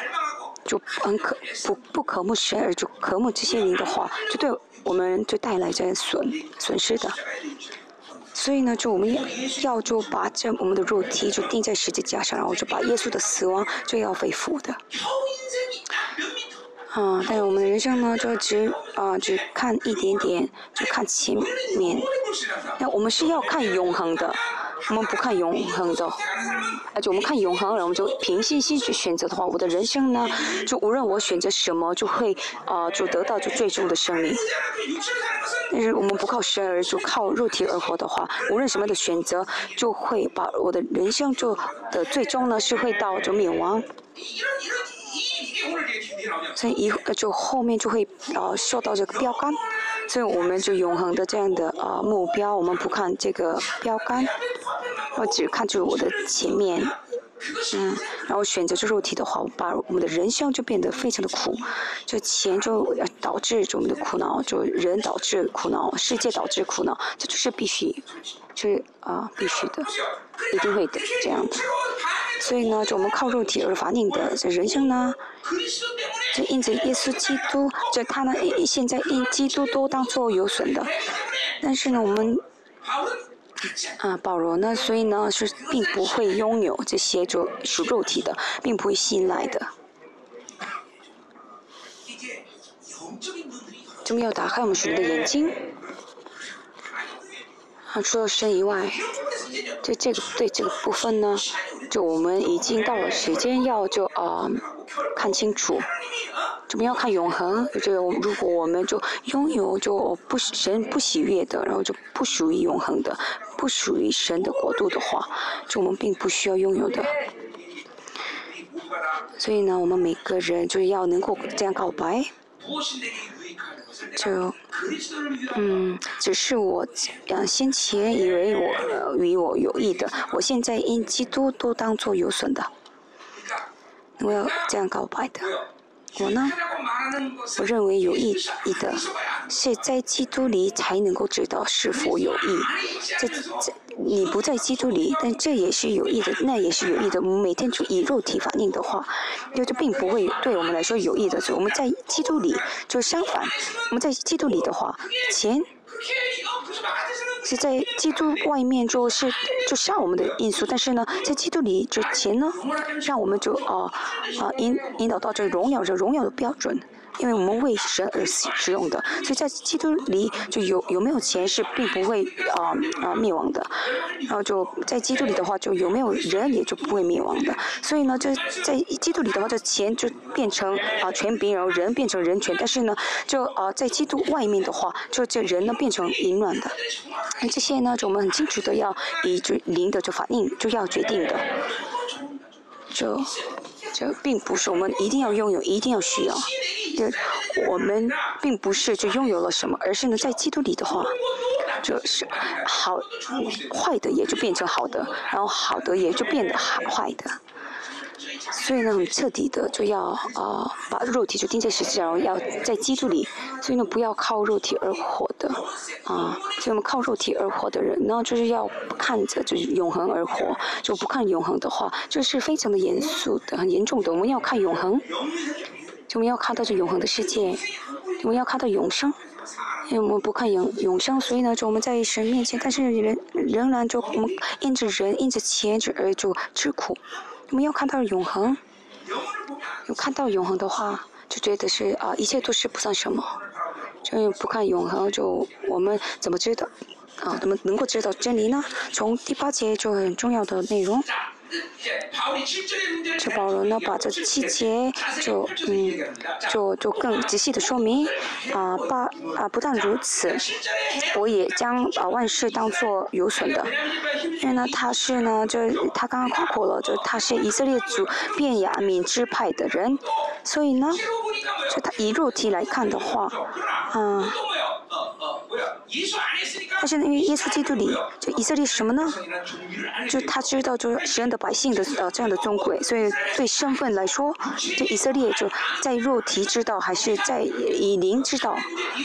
不渴慕神而就渴慕这些灵的话，就对我们就带来这损失的。所以呢，就我们要就把我们的肉体就钉在十字架上，然后就把耶稣的死亡就要恢复的。但是我们的人生呢，就只看一点点，就看前面。那我们是要看永恒的，我们不看永恒的。就我们看永恒，然后我们就凭信心去选择的话，我的人生呢，就无论我选择什么，就会就得到就最终的生命。但是我们不靠神而就靠肉体而活的话，无论什么的选择，就会把我的人生的最终呢是会到就灭亡。所以就后面就会受到这个标杆，所以我们就永恒的这样的目标，我们不看这个标杆，我只看就是我的前面。然后选择这肉体的话，把我们的人生就变得非常的苦，就钱就导致我们的苦恼，就人导致苦恼，世界导致苦恼，这就是必须，就是必须的，一定会的这样的。所以呢，就我们靠肉体而发命的这人生呢，就因着耶稣基督，就他呢现在因基督都当作有损的，但是呢我们。保罗呢，所以呢是并不会拥有这些就属肉体的，并不会信赖的。我们要打开我们属灵的眼睛。除了神以外，这个部分呢，就我们已经到了时间要看清楚。我们要看永恒，就如果我们就拥有就神不喜悦的，然后就不属于永恒的，不属于神的国度的话，就我们并不需要拥有的。所以呢，我们每个人就要能够这样告白，只是我先前以为与我有益的，我现在因基督都当作有损的。我要这样告白的。我呢，我认为有益的，是在基督里才能够知道是否有益。你不在基督里，但这也是有益的，那也是有益的。我们每天就以肉体反应的话，就并不会对我们来说有益的。所以我们在基督里就相反，我们在基督里的话，钱是在基督外面就杀我们的因素，但是呢，在基督里这钱呢，让我们就引导到这荣耀的标准。因为我们为神而使用的，所以在基督里就有没有钱是并不会灭亡的，然后就在基督里的话，就有没有人也就不会灭亡的。所以呢，就在基督里的话，这钱就变成权柄，然后人变成人权，但是呢，就在基督外面的话，就这人呢变成淫乱的。这些呢，就我们很清楚的要以就灵的就反应就要决定的，这并不是我们一定要拥有，一定要需要。我们并不是就拥有了什么，而是呢，在基督里的话，就是坏的也就变成好的，然后好的也就变得坏的。所以呢，很彻底的就要把肉体就钉在十字架，然后要在基督里。所以呢，不要靠肉体而活的所以我们靠肉体而活的人呢，就是要看着就是永恒而活。就不看永恒的话，就是非常的严肃的、很严重的。我们要看永恒，就我们要看到这永恒的世界，我们要看到永生。因为我们不看永生，所以呢，就我们在神面前，但是仍然就我们因着人、因着钱而就吃苦。我们要看到永恒，有看到永恒的话， 就觉得是一切都是不算什么，就不看永恒，就我们怎么知道怎么能够知道真理呢？从第8节就很重要的内容。这保罗呢，把这7节就更仔细的说明不但如此，我也将万事当作有损的，因为呢他刚刚夸口了，就他是以色列族便雅悯支派的人，所以呢，就他以肉体来看的话，但是呢，因为耶稣基督里，就以色列是什么呢？就他知道，就是神的百姓的这样的尊贵，所以对身份来说，就以色列就在肉体知道，还是在以灵知道，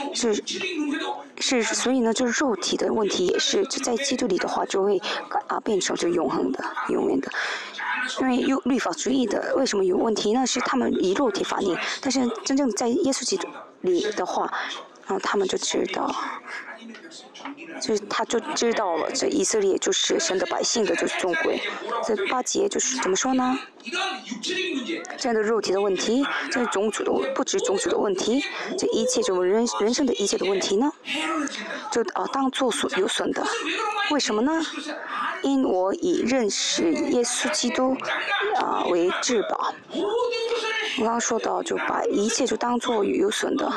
是，所以呢，就是肉体的问题也是，就在基督里的话，就会变成就永恒的、永远的。因为律法主义的为什么有问题呢？是他们以肉体反应，但是真正在耶稣基督里的话，他们就知道。就是他就知道了，这以色列就是神的百姓的，就是尊贵。这8节就是怎么说呢？这样的肉体的问题，这种族的不止种族的问题，这一切就人生的一切的问题呢，就当作有损的。为什么呢？因我以认识耶稣基督为至宝。我刚刚说到，就把一切就当作有损的。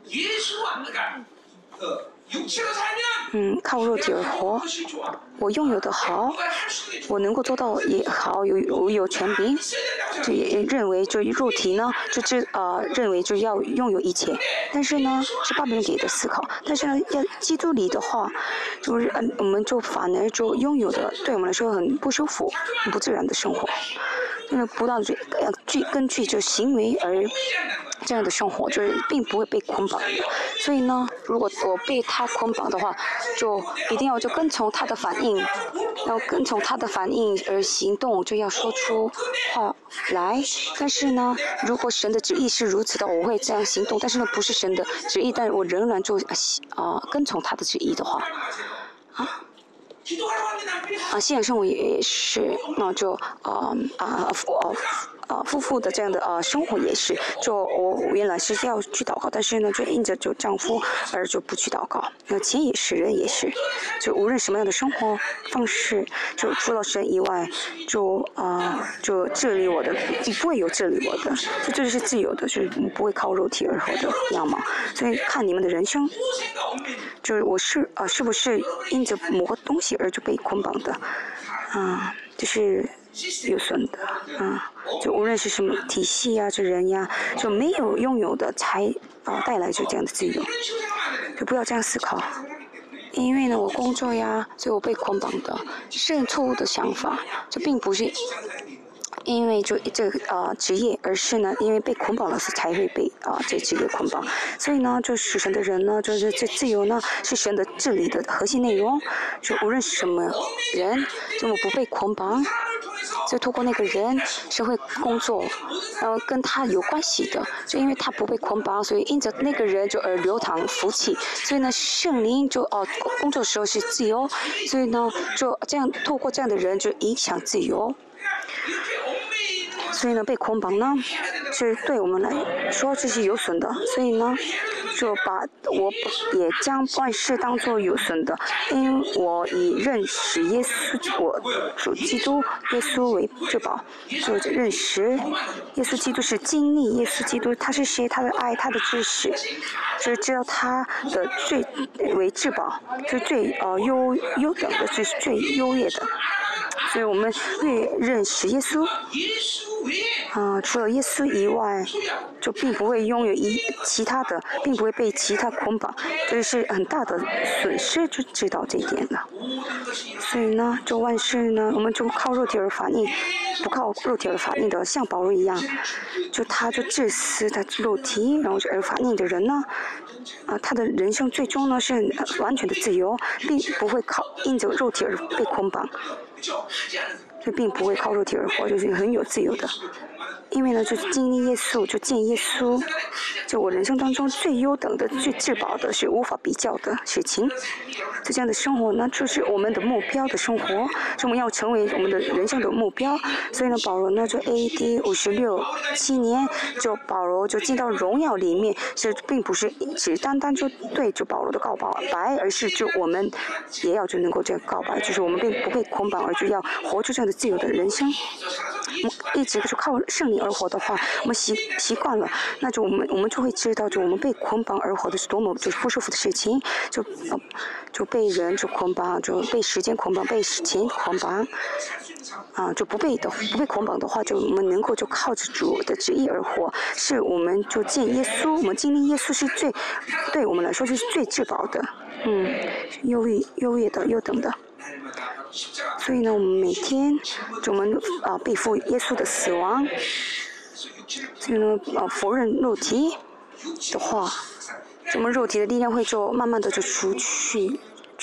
靠肉体而活，我拥有的好，我能够做到也好，我有权柄，就也认为就肉体呢，认为就要拥有一切，但是呢是巴比伦给的思考，但是呢要基督里的话，就是我们就反而就拥有的对我们来说很不舒服、很不自然的生活，因为不断根据就行为而这样的生活，就是并不会被捆绑的。所以呢，如果我被他捆绑的话，就一定要就跟从他的反应，要跟从他的反应而行动，就要说出话来。但是呢，如果神的旨意是如此的，我会这样行动。但是呢，不是神的旨意，但是我仍然就跟从他的旨意的话，信仰生活也是，就夫妇的这样的生活也是，就我原来是要去祷告，但是呢，就因着就丈夫而就不去祷告。钱也是，人也是，就无论什么样的生活方式，就除了神以外，就治理我的，不会有治理我的，这就是自由的，就是不会靠肉体而活的样貌。所以看你们的人生，就是我是不是因着某个东西而就被捆绑的，就是有损的，就无论是什么体系呀，这人呀，就没有拥有的才带来就这样的自由，就不要这样思考。因为呢，我工作呀，所以我被捆绑的，是很错误的想法，这并不是因为就这个职业，而是呢，因为被捆绑了，才会被这职业捆绑。所以呢，就属神的人呢，就是这自由呢，是神的治理的核心内容。就无论是什么人，就不被捆绑，就透过那个人，神会工作，跟他有关系的。就因为他不被捆绑，所以因着那个人就而流淌福气。所以呢，圣灵就工作的时候是自由，所以呢，就这样透过这样的人就影响自由。所以呢，被捆绑呢，是对我们来说这是有损的。所以呢，就我也将万事当作有损的，因我以认识耶稣，我主基督耶稣为至宝。就认识耶稣基督是经历耶稣基督，他是谁？他的爱，他的知识，就是知道他的最为至宝，是最优等的，是最优越的。所以我们越认识耶稣，除了耶稣以外，就并不会拥有其他的，并不会被其他捆绑，这是很大的损失，就知道这一点了。所以呢，就万事呢，我们就靠肉体而反应，不靠肉体而反应的，像保罗一样，就他就自私的肉体，然后就而反应的人呢，他的人生最终呢是完全的自由，并不会因着肉体而被捆绑。这并不会靠肉体而活，就是很有自由的。 因为呢，就经历耶稣，就见耶稣，就我人生当中最优等的、最至宝的，是无法比较的事情。就这样的生活呢，就是我们的目标的生活，就我们要成为我们的人生的目标。所以呢，保罗呢，就 AD 56、7年，就保罗就进到荣耀里面，是并不是只单单就对就保罗的告白，而是就我们也要就能够这样告白，就是我们并不被捆绑，而就要活出这样的自由的人生。一直就靠圣灵而活的话，我们习惯了，那就我们就会知道，就我们被捆绑而活的是多么就是不舒服的事情，就被人就捆绑，就被时间捆绑，被钱捆绑，就不被捆绑的话，就我们能够就靠着主的旨意而活，是我们就见耶稣，我们经历耶稣是对我们来说就是最至宝的，优越的、优等的。所以呢，我们每天就我们背负耶稣的死亡，所以呢否认肉体的话，我们肉体的力量会就慢慢的就除去。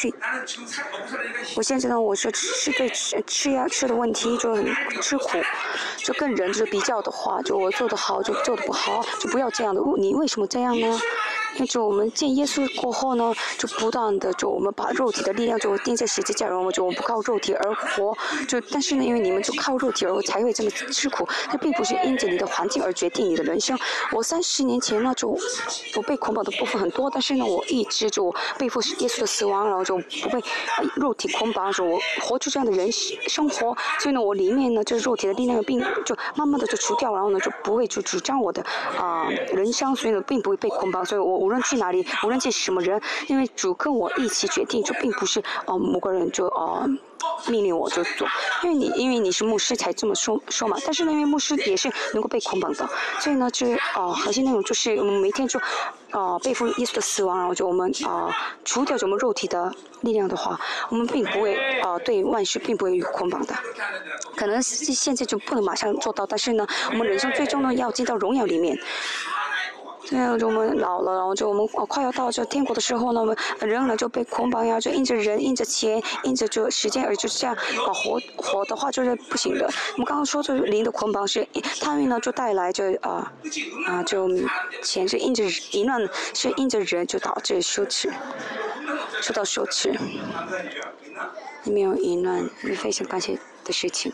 我现在呢，我是对吃的问题就很吃苦，就跟人就是比较的话，就我做得好就做得不好，就不要这样的。你为什么这样呢？因为就我们见耶稣过后呢，就不断的就我们把肉体的力量就钉在十字架上，我们不靠肉体而活。但是呢，因为你们就靠肉体而活才会这么吃苦，这并不是因着你的环境而决定你的人生。我30年前呢，就我被捆绑的部分很多，但是呢，我一直就背负耶稣的死亡，然后就不被肉体捆绑，就我活出这样的人生活。所以呢，我里面呢，就是肉体的力量并就慢慢的就除掉，然后呢，就不会去主张我的人生，所以呢，并不会被捆绑。所以我无论去哪里，无论见什么人，因为主跟我一起决定，就并不是某个人就命令我就做，因为你是牧师才这么说嘛。但是呢，因为牧师也是能够被捆绑的，所以呢，核心内容就是我们每天就背负耶稣的死亡，然后就我们除掉我们肉体的力量的话，我们并不会对万事并不会有捆绑的。可能现在就不能马上做到，但是呢，我们人生最终呢要进到荣耀里面。这样就我们老了，然后就我们快要到这天国的时候呢，我们人呢就被捆绑呀，就因着人、因着钱、因着就时间而就这样活的话就是不行的。我们刚刚说这灵的捆绑是贪欲呢就带来就钱是因着淫乱是因着人就导致羞耻，受到羞耻。没有淫乱是非常感谢的事情。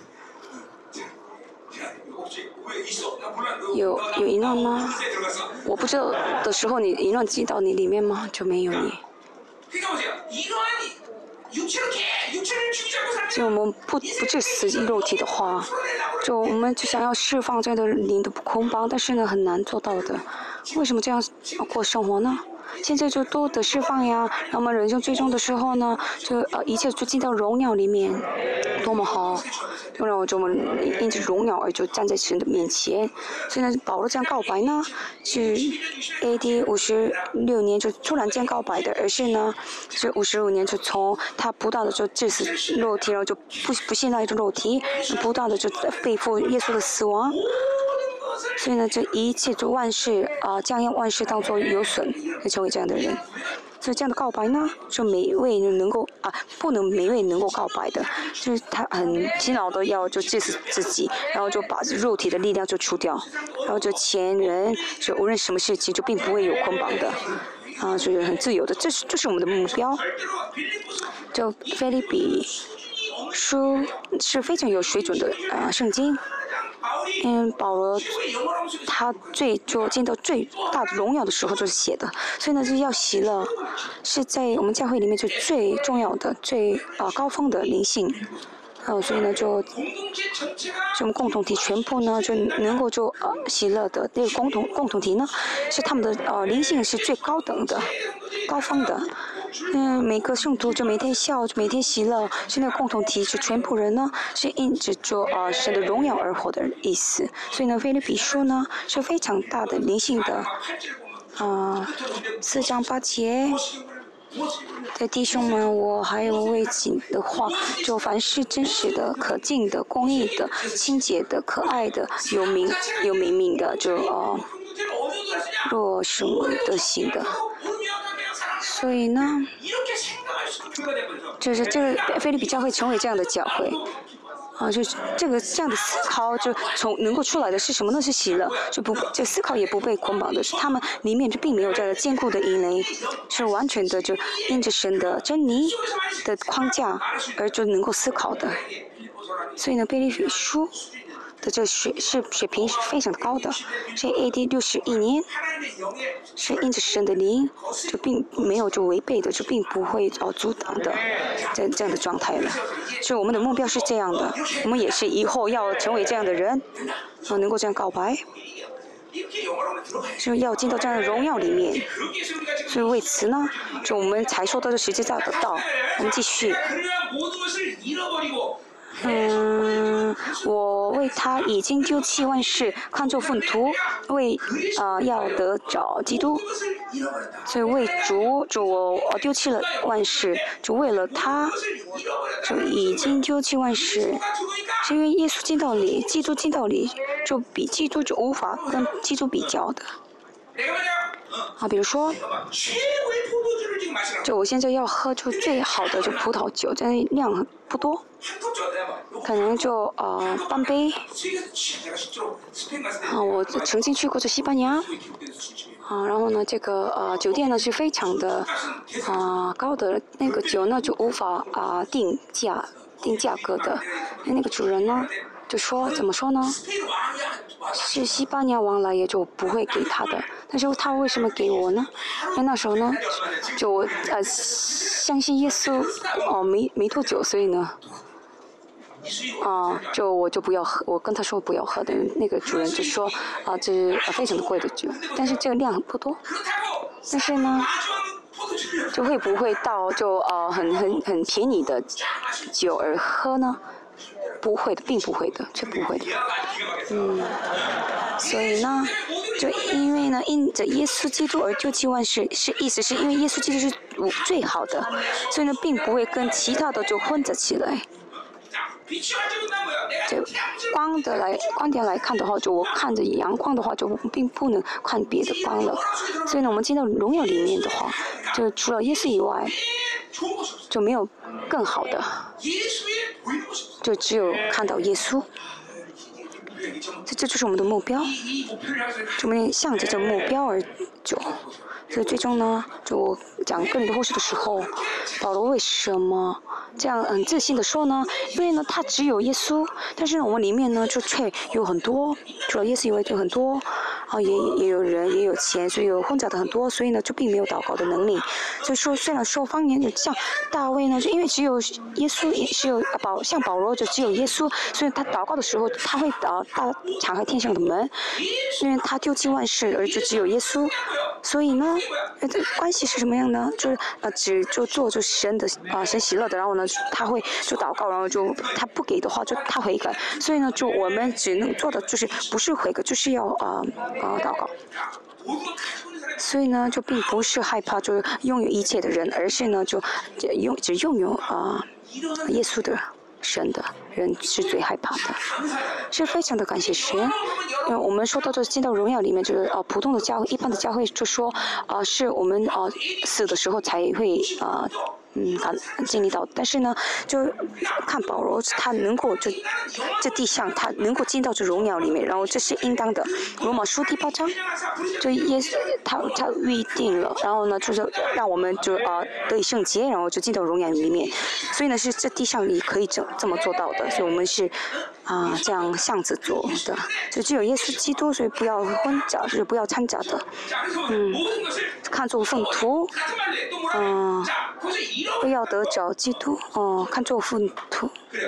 有淫乱吗？我不知道的时候，你淫乱进到你里面吗？就没有你。就我们不致死肉体的话，就我们就想要释放这样的灵的捆绑，但是呢很难做到的。为什么这样过生活呢？现在就多的释放呀，那么人生最终的时候呢，就一切就进到荣耀里面，多么好！就让我因着荣耀而就站在神的面前。所以呢，保罗这样告白呢，是 AD 56年就突然间告白的，而是呢，是55年就从他不断的就致死肉体，然后就不信赖这肉体，不断的就背负耶稣的死亡。所以呢，这一切就万事将要万事当作有损，会成为这样的人。所以这样的告白呢，就每一位能够不能每一位能够告白的，就是他很勤劳的要就致死自己，然后就把肉体的力量就除掉，然后就前人就无论什么事情就并不会有捆绑的，就是很自由的，这是我们的目标。就腓立比书是非常有水准的圣经。保罗他就进到最大的荣耀的时候就是写的，所以呢就要喜乐，是在我们教会里面就最重要的、最高峰的灵性。所以呢就我们共同体全部呢就能够就喜乐的那个共同体呢，是他们的灵性是最高等的、高峰的。每个圣徒就每天笑，就每天喜乐，是那个共同体，就全部人呢是因着就神的荣耀而活的意思。所以呢，腓立比书呢是非常大的灵性的4章8节。的弟兄们，我还有未尽的话，就凡是真实的、可敬的、公义的、清洁的、可爱的、有明命的，就若是我的行的。所以呢，就是这个腓立比教会成为这样的教会。 就是这样的思考就能够出来的是什么呢？是喜乐，这思考也不被捆绑的，是他们里面就并没有这样的坚固的营垒，是完全的就因着神的真理的框架而就能够思考的。所以呢，腓立比书的这水平是非常的高的，是 AD 61年，是因着神的灵，就并没有就违背的，就并不会阻挡的这样的状态了。所以我们的目标是这样的，我们也是以后要成为这样的人，能够这样告白，就要进到这样的荣耀里面。所以为此呢，就我们才说到这十字架的道。我们继续。我为他已经丢弃万事，看作粪土，为要得着基督。所以为主我丢弃了万事，就为了他，就已经丢弃万事。是因为耶稣进到里，基督进到里，就比基督就无法跟基督比较的。比如说，就我现在要喝就最好的就葡萄酒，但是量不多，可能就半杯。我曾经去过这西班牙，然后呢，这个酒店呢是非常的高的，那个酒呢就无法定价格的，那个主人呢就说怎么说呢？是西班牙王来也就不会给他的，但是他为什么给我呢？因为那时候呢，就我相信耶稣没多久，所以呢，我就不要喝，我跟他说不要喝的，那个主人就说这是非常的贵的酒，但是这个量不多，但是呢，就会不会到就很便宜的酒而喝呢？不会的，并不会的，这不会的。所以呢，就因为呢，因着耶稣基督而丢弃万事，意思是因为耶稣基督是最好的，所以呢，并不会跟其他的就混杂起来。就光点来看的话，就我看着阳光的话，就并不能看别的光了。所以呢，我们进到荣耀里面的话，就除了耶稣以外，就没有更好的，就只有看到耶稣。这就是我们的目标，我们向着这个目标而走。所以最终呢，就我讲哥林多后书的时候，保罗为什么这样很自信的说呢？因为呢，他只有耶稣，但是呢，我们里面呢就却有很多，除了耶稣以外就很多，也有人也有钱，所以有混杂的很多，所以呢就并没有祷告的能力。所以说，虽然说方言就像大卫呢，就因为只有耶稣，也是有像保罗就只有耶稣，所以他祷告的时候他会敞开天上的门，因为他丢弃万事而就只有耶稣，所以呢。这关系是什么样呢？就是只就做就神的神喜乐的，然后呢他会就祷告，然后就他不给的话就他悔改，所以呢就我们只能做的就是不是悔改，就是要祷告。所以呢就并不是害怕就拥有一切的人，而是呢就只拥有耶稣的神的人是最害怕的，是非常的感谢神。我们说到这进到荣耀里面，就是普通的教会、一般的教会就说是我们死的时候才会经历到，但是呢，就看保罗他能够这地上他能够进到这荣耀里面，然后这是应当的。罗马书第8章，就耶稣他预定了，然后呢就是让我们就得以圣洁，然后就进到荣耀里面。所以呢是这地上你可以这么做到的，所以我们是这样向着做的，就只有耶稣基督，所以不要混杂，就是不要掺杂的，看作粪土，不要得着基督，看作粪土，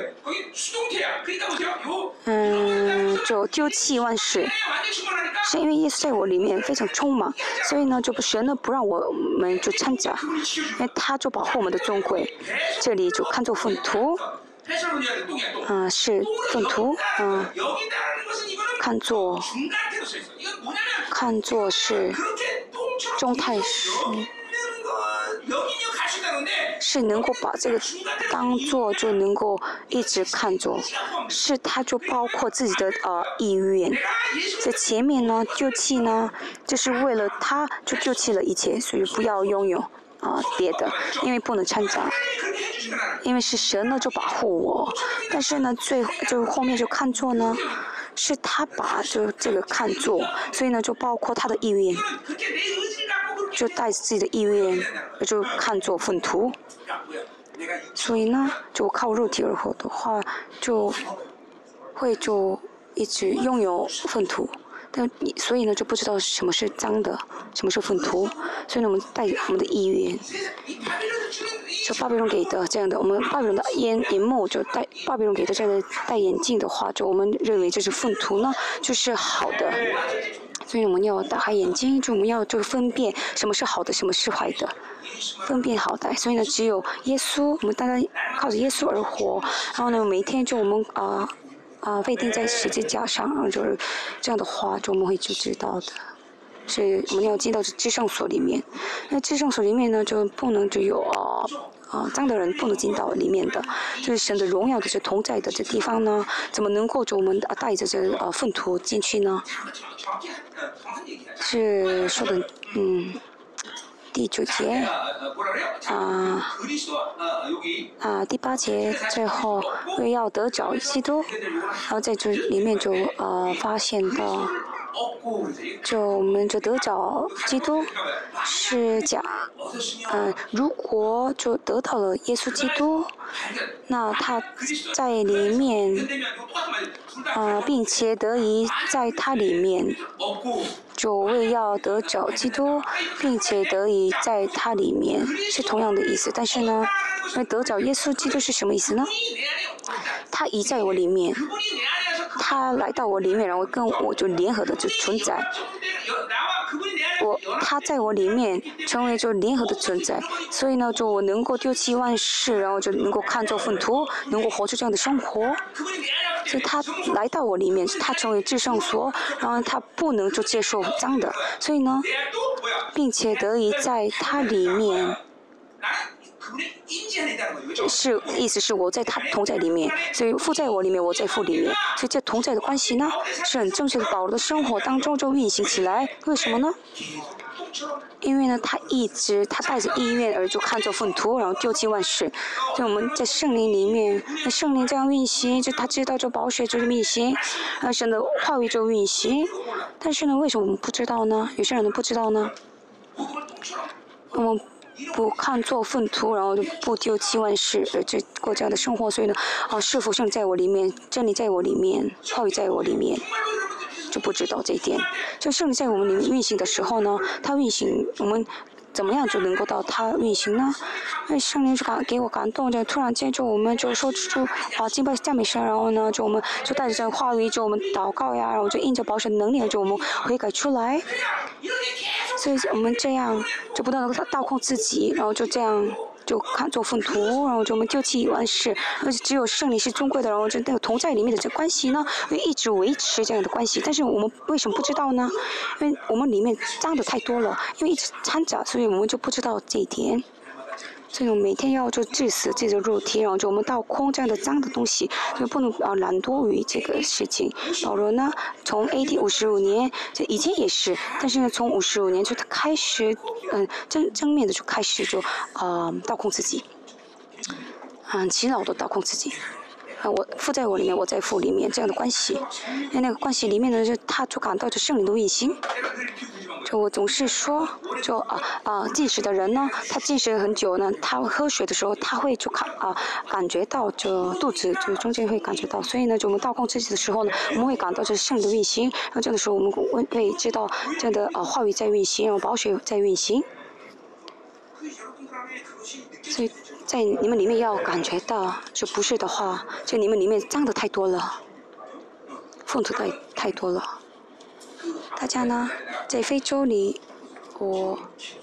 就丢弃万事，是因为耶稣在我里面非常充满，所以呢就神呢不让我们就掺杂，因为他就保护我们的尊贵，这里就看作粪土。是粪土，看作是中态式，是能够把这个当作就能够一直看作，是它就包括自己的意愿，在前面呢丢弃呢，就是为了他就丢弃了一切，所以不要拥有别的，因为不能掺杂。 因为是神呢就保护我，但是呢就后面就看作呢，是他把就这个看作，所以呢就包括他的意愿，就带着自己的意愿就看作粪土。所以呢，就靠肉体而活的话，就一直拥有粪土。所以呢，就不知道什么是脏的，什么是粪土。所以呢，我们带我们的意愿，就巴比伦给的这样的，我们巴比伦的眼目就巴比伦给的这样的戴眼镜的话，就我们认为这是粪土呢，就是好的。所以我们要打开眼睛，就我们要就分辨什么是好的，什么是坏的，分辨好歹。所以呢，只有耶稣，我们大家靠着耶稣而活。然后呢，每一天就我们被钉在十字架上，然后就是这样的话，就我们会就知道的。是我们要进到至圣所里面。那至圣所里面呢，就不能只有脏的人不能进到里面的，就是神的荣耀的这同在的这地方呢，怎么能够就我们带着这粪土进去呢？是说的第9节第8节最后为要得着基督，然后在这里面就发现到。就我们就得着基督是假，如果就得到了耶稣基督，那他在里面，并且得以在他里面，就为要得着基督，并且得以在他里面是同样的意思。但是呢，得着耶稣基督是什么意思呢？他已在我里面。他来到我里面，然后跟我就联合的就存在。他在我里面成为就联合的存在，所以呢，就我能够丢弃万事，然后就能够看作粪土，能够活出这样的生活。所以他来到我里面，他成为至圣所，然后他不能就接受脏的，所以呢，并且得以在他里面。意思是我在他同在里面，所以父在我里面，我在父里面，所以这同在的关系呢，是很正确的，保罗的生活当中就运行起来。为什么呢？因为呢，他带着意愿而就看作粪土，然后丢弃万事。所以我们在圣灵里面，那圣灵这样运行，就他知道这宝血就是运行，神的话语就运行。但是呢，为什么我们不知道呢？有些人都不知道呢？我们不看作粪土，然后就不丢弃万事，就过这样的生活。所以呢，是否圣在我里面，真理在我里面，话语在我里面，就不知道这一点。就圣灵在我们里面运行的时候呢，它运行，我们怎么样就能够到它运行呢？因为圣灵就给我感动，就突然间就我们就说出敬拜赞美神，然后呢，就我们就带着这话语，就我们祷告呀，然后就印着保守能力，就我们悔改出来。所以我们这样就不断的倒空自己，然后就这样就看作粪土，然后就我们丢弃万事，而且只有圣灵是尊贵的，然后就那个同在里面的这关系呢，会一直维持这样的关系。但是我们为什么不知道呢？因为我们里面脏的太多了，因为一直掺杂，所以我们就不知道这一点。所以我们每天要就致死自己的肉体，然后就我们倒空这样的脏的东西，就不能懒惰于这个事情。保罗呢，从 AD 55年，就以前也是，但是呢，从55年就他开始，正面的就开始就倒空自己，勤劳的倒空自己。我父在我里面，我在父里面这样的关系，因为那个关系里面呢，就他就感到这圣灵的运行。就我总是说，就进食的人呢，他进食很久呢，他喝水的时候，他会就感觉到这肚子就中间会感觉到，所以呢，就我们倒空自己的时候呢，我们会感到这圣灵的运行，然后这个时候我们会知道这样的话语在运行，然后宝血在运行，所以在你们里面要感觉到，就不是的话，就你们里面脏的太多了，粪土太多了。大家呢，在非洲里，我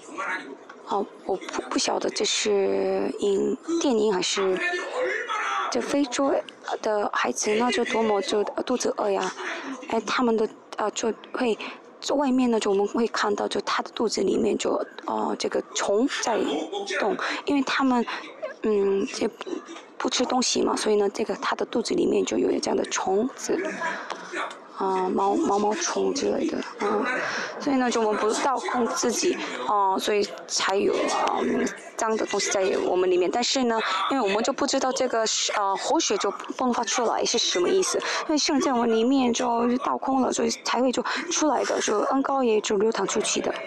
不晓得这是电影还是，这非洲的孩子呢，就多么就肚子饿呀，他们的就会。外面呢，就我们会看到，就他的肚子里面就这个虫在动，因为他们就不吃东西嘛，所以呢，这个他的肚子里面就有这样的虫子。 毛虫之类的，所以呢，就我们不倒空自己，所以才有脏的东西在我们里面。但是呢，因为我们就不知道这个活水就迸发出来是什么意思，因为圣在我们里面就倒空了，所以才会就出来的，就恩膏也就流淌出去的。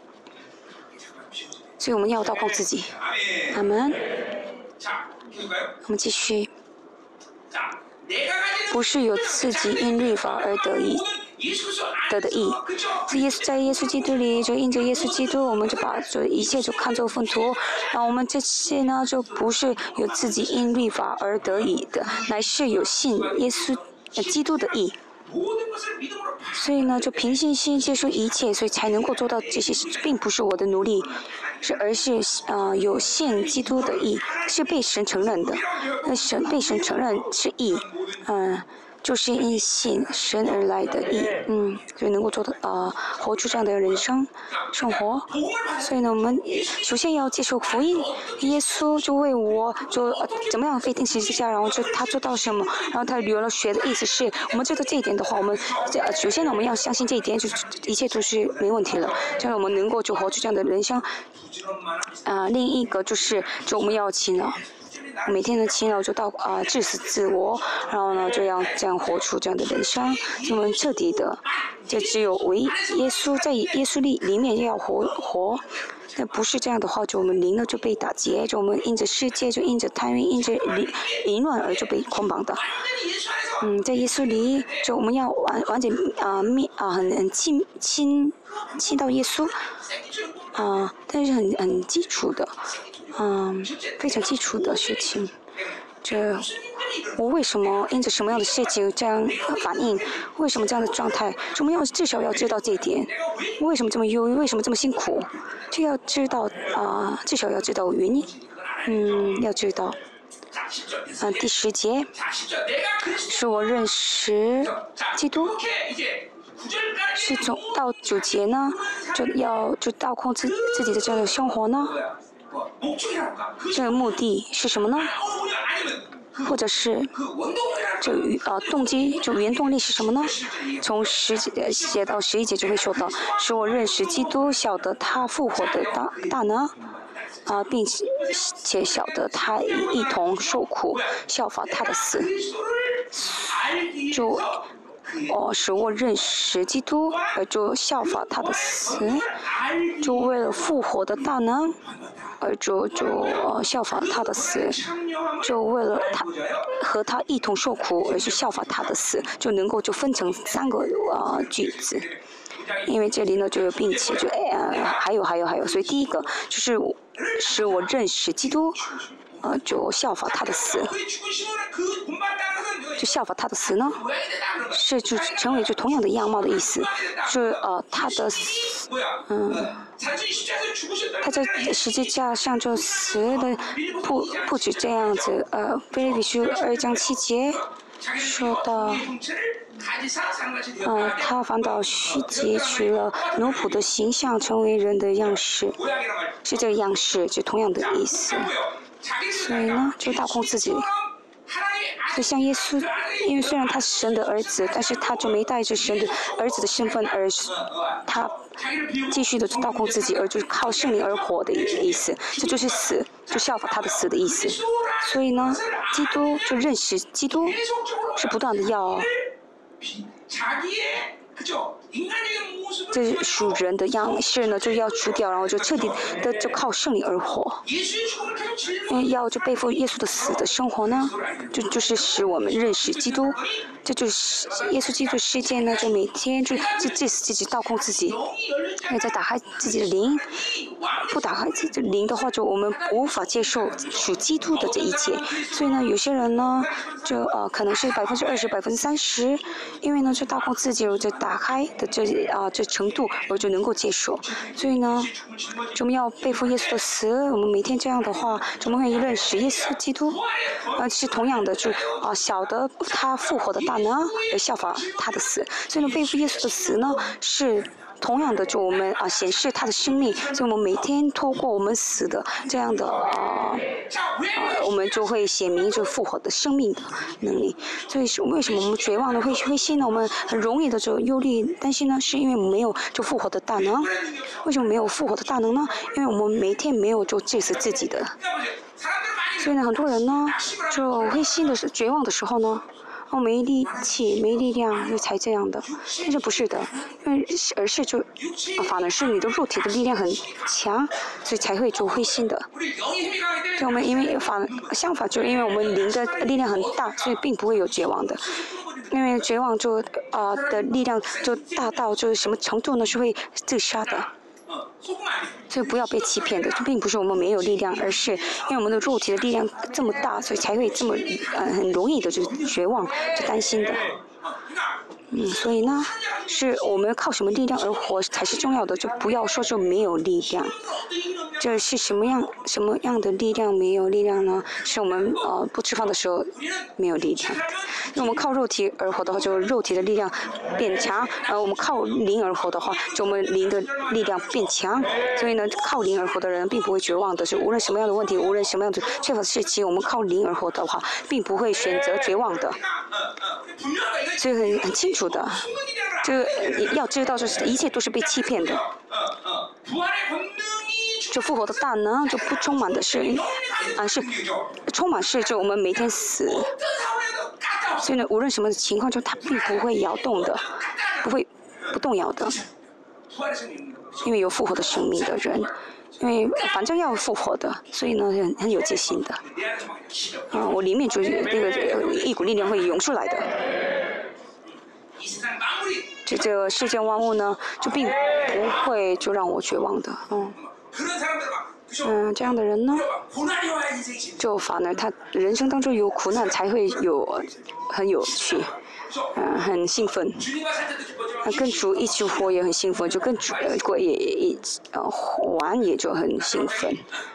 所以我们要倒空自己。阿门。我们继续。不是有自己因律法而得的义，在耶稣基督里，就因着耶稣基督，我们就把这一切就看作粪土。然后我们这些呢，就不是有自己因律法而得以的，乃是有信耶稣基督的义。所以呢，就凭信心接受一切，所以才能够做到这些，并不是我的努力，而是有信基督的义，是被神承认的。被神承认是义，就是因信神而来的义，所以能够做到活出这样的人生活。所以呢，我们首先要接受福音，耶稣就为我就怎么样被钉十字架，然后就他做到什么，然后他流了血的意思是，我们知道这一点的话，我们首先呢我们要相信这一点，就一切都是没问题了，这样我们能够就活出这样的人生。另一个就是我们要勤劳。每天的勤劳就到致死自我，然后呢，就要这样活出这样的人生。我们彻底的，这只有为耶稣在耶稣里面要活。那不是这样的话，就我们灵了就被打劫，就我们因着世界，就因着贪欲，因着淫乱而就被捆绑的。在耶稣里，就我们要完全很亲到耶稣，但是很基础的。非常基础的事情。我为什么因着什么样的事情这样反应？为什么这样的状态？我们至少要知道这一点。为什么这么忧郁？为什么这么辛苦？就要知道至少要知道原因。要知道。第10节，是我认识基督。是到9节呢，就倒空自己的这样的生活呢？这个目的是什么呢？或者是动机，原动力是什么呢？从10节到11节就会说到，使我认识基督，晓得他复活的大能，并且晓得他一同受苦，效法他的死。使我认识基督，就效法他的死，就为了复活的大能，就效法他的死，就为了和他一同受苦，而去效法他的死，就能够就分成3个句子。因为这里呢就有并且还有，所以第一个就是使我认识基督，就效法他的死。就效法他的死呢，是就成为就同样的样貌的意思，是他的他在十字架上就死的不止这样子，腓立比书2章7节说到，他反倒虚截取了奴仆的形象，成为人的样式，是这个样式，就同样的意思。所以呢，就倒空自己。就像耶稣，因为虽然他是神的儿子，但是他就没带着神的儿子的身份，而他继续的倒空自己，而就是靠圣灵而活的意思。这就是死，就效法他的死的意思。所以呢，基督就认识基督，是不断的要。这属人的样式呢，就要除掉，然后就彻底的就靠圣灵而活。要就背负耶稣的死的生活呢，就是使我们认识基督。这就是耶稣基督事件呢，就每天就致死自己，倒空自己，再打开自己的灵。不打开自己的灵的话，就我们无法接受属基督的这一切。所以呢，有些人呢，就可能是20%、30%，因为呢，就倒空自己，就打开的这程度，我就能够接受。所以呢，我们要背负耶稣的死，我们每天这样的话，我们会认识耶稣基督，是同样的，就晓得他复活的大能，而效法他的死。所以呢，背负耶稣的死呢，是同样的就我们显示他的生命，所以我们每天透过我们死的这样的我们就会显明就复活的生命的能力。所以是为什么我们绝望呢？会灰心呢？我们很容易的就忧虑担心呢？是因为我们没有就复活的大能。为什么没有复活的大能呢？因为我们每天没有就致死自己的。所以呢，很多人呢就灰心的绝望的时候呢。没力气、没力量，才这样的。但是不是的，而是就反而是你的肉体的力量很强，所以才会就灰心的。就我们因为相反，就因为我们灵的力量很大，所以并不会有绝望的。因为绝望就的力量就大到就是什么程度呢？是会自杀的。所以不要被欺骗的，并不是我们没有力量，而是因为我们的肉体的力量这么大，所以才会这么很容易的就绝望、就担心的。所以呢，是我们靠什么力量而活才是重要的，就不要说就没有力量。这是什么样的力量没有力量呢？是我们不吃饭的时候没有力量。因为我们靠肉体而活的话，就肉体的力量变强；我们靠灵而活的话，就我们灵的力量变强。所以呢，靠灵而活的人并不会绝望的，是无论什么样的问题，无论什么样的缺乏事情，我们靠灵而活的话，并不会选择绝望的。所以很清楚的，这要知道，就是一切都是被欺骗的。就复活的大能就不充满的是是充满是就我们每天死。所以呢，无论什么情况，就它并不会摇动的，不会不动摇的，因为有复活的生命的人，因为反正要复活的，所以呢很有决心的。我里面就那个一股力量会涌出来的。这个世界万物呢，就并不会就让我绝望的。这样的人呢，就反而他人生当中有苦难才会很有趣，很兴奋。跟主一起活也很兴奋，就跟主玩也就很兴奋。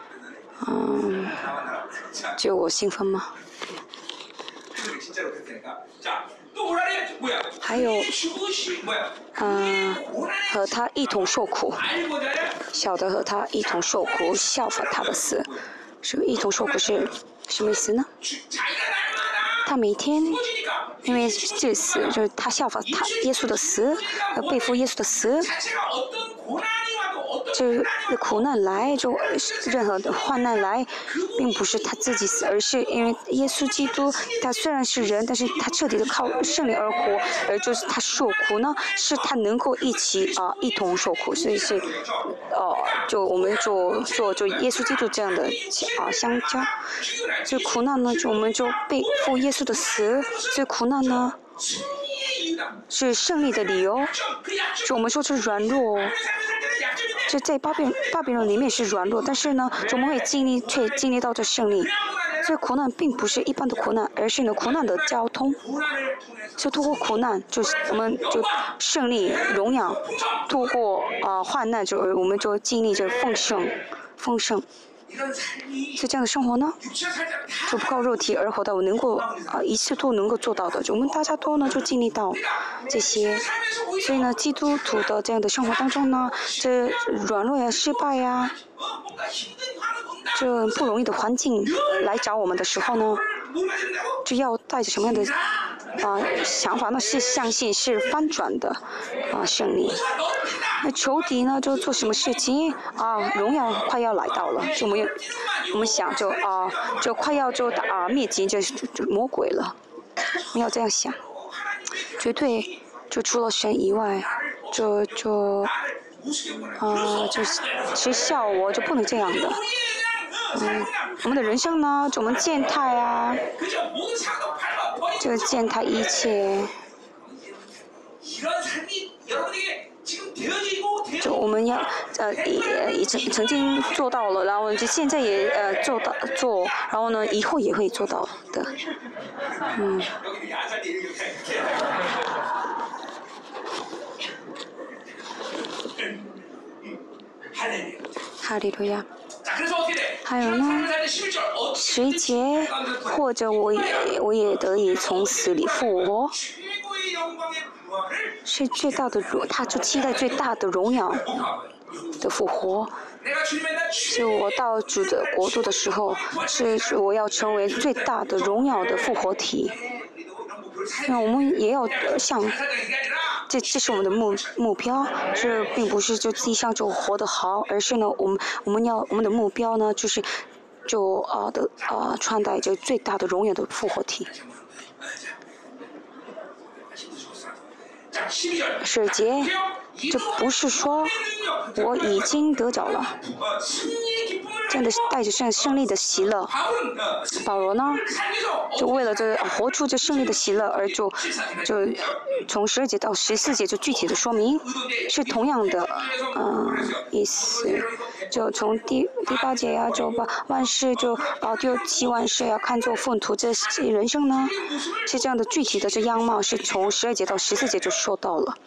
只有我兴奋吗？还有，和他一同受苦，小的和他一同受苦，效法他的死。这个一同受苦是什么意思呢？他每天因为这死，就是他效法他耶稣的死，背负耶稣的死。这苦难来，就任何的患难来，并不是他自己死，而是因为耶稣基督，他虽然是人，但是他彻底的靠圣灵而活，而就是他受苦呢，是他能够一同受苦，所以是就我们就耶稣基督这样的相交，所以苦难呢，就我们就背负耶稣的死，所以苦难呢是胜利的理由，就我们说是软弱。就在巴比伦里面是软弱，但是呢，我们会经历到这胜利。所以苦难并不是一般的苦难，而是呢苦难的交通。就通过苦难，就是我们就胜利荣耀；通过患难，我们就经历着丰盛。所以这样的生活呢，就不靠肉体而活的，我能够一切都能够做到的。我们大家都呢就经历到这些，所以呢，基督徒的这样的生活当中呢，这软弱呀、失败呀，这不容易的环境来找我们的时候呢，就要带着什么样的想法呢？是相信是翻转的胜利。那仇敌呢，就做什么事情荣耀快要来到了，就我们想就快要就灭尽这魔鬼了，不要这样想，绝对就除了神以外，就是笑我就不能这样的。我们的人生呢，就我们践踏这个践踏一切。就我们要曾经做到了，然后就现在也做，然后呢以后也会做到的，哈利路亚。还有呢，11节，或者我也得以从死里复活。 是最大的他就期待最大的荣耀的复活。是我到主的国度的时候，是我要成为最大的荣耀的复活体。那我们也要像，这是我们的目标，这并不是就自己想就活得好，而是呢，我们的目标呢，就是穿戴着最大的荣耀的复活体。12节，这不是说我已经得着了，真的是带着胜利的喜乐。保罗呢，就为了这活出这胜利的喜乐，而就从12节到14节就具体的说明，是同样的意思。就从第8节呀，就把万事就第7万事要看作粪土，这人生呢，是这样的具体的这样貌，是从12节到14节就说到了。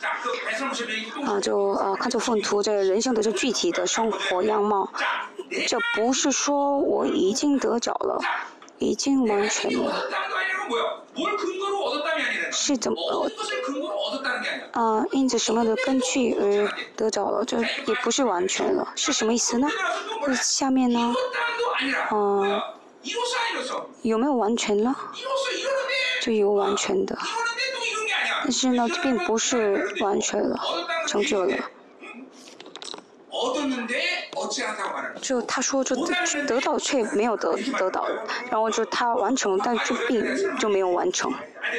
看作粪土，这人生的这具体的生活样貌，这不是说我已经得着了，已经完全了。是怎么？因着什么的根据而得着了，这也不是完全了，是什么意思呢？下面呢，有没有完全了？就有完全的，但是呢，并不是完全了，成就了。就他说就得到却没有得到，然后就他完成，但就没有完成。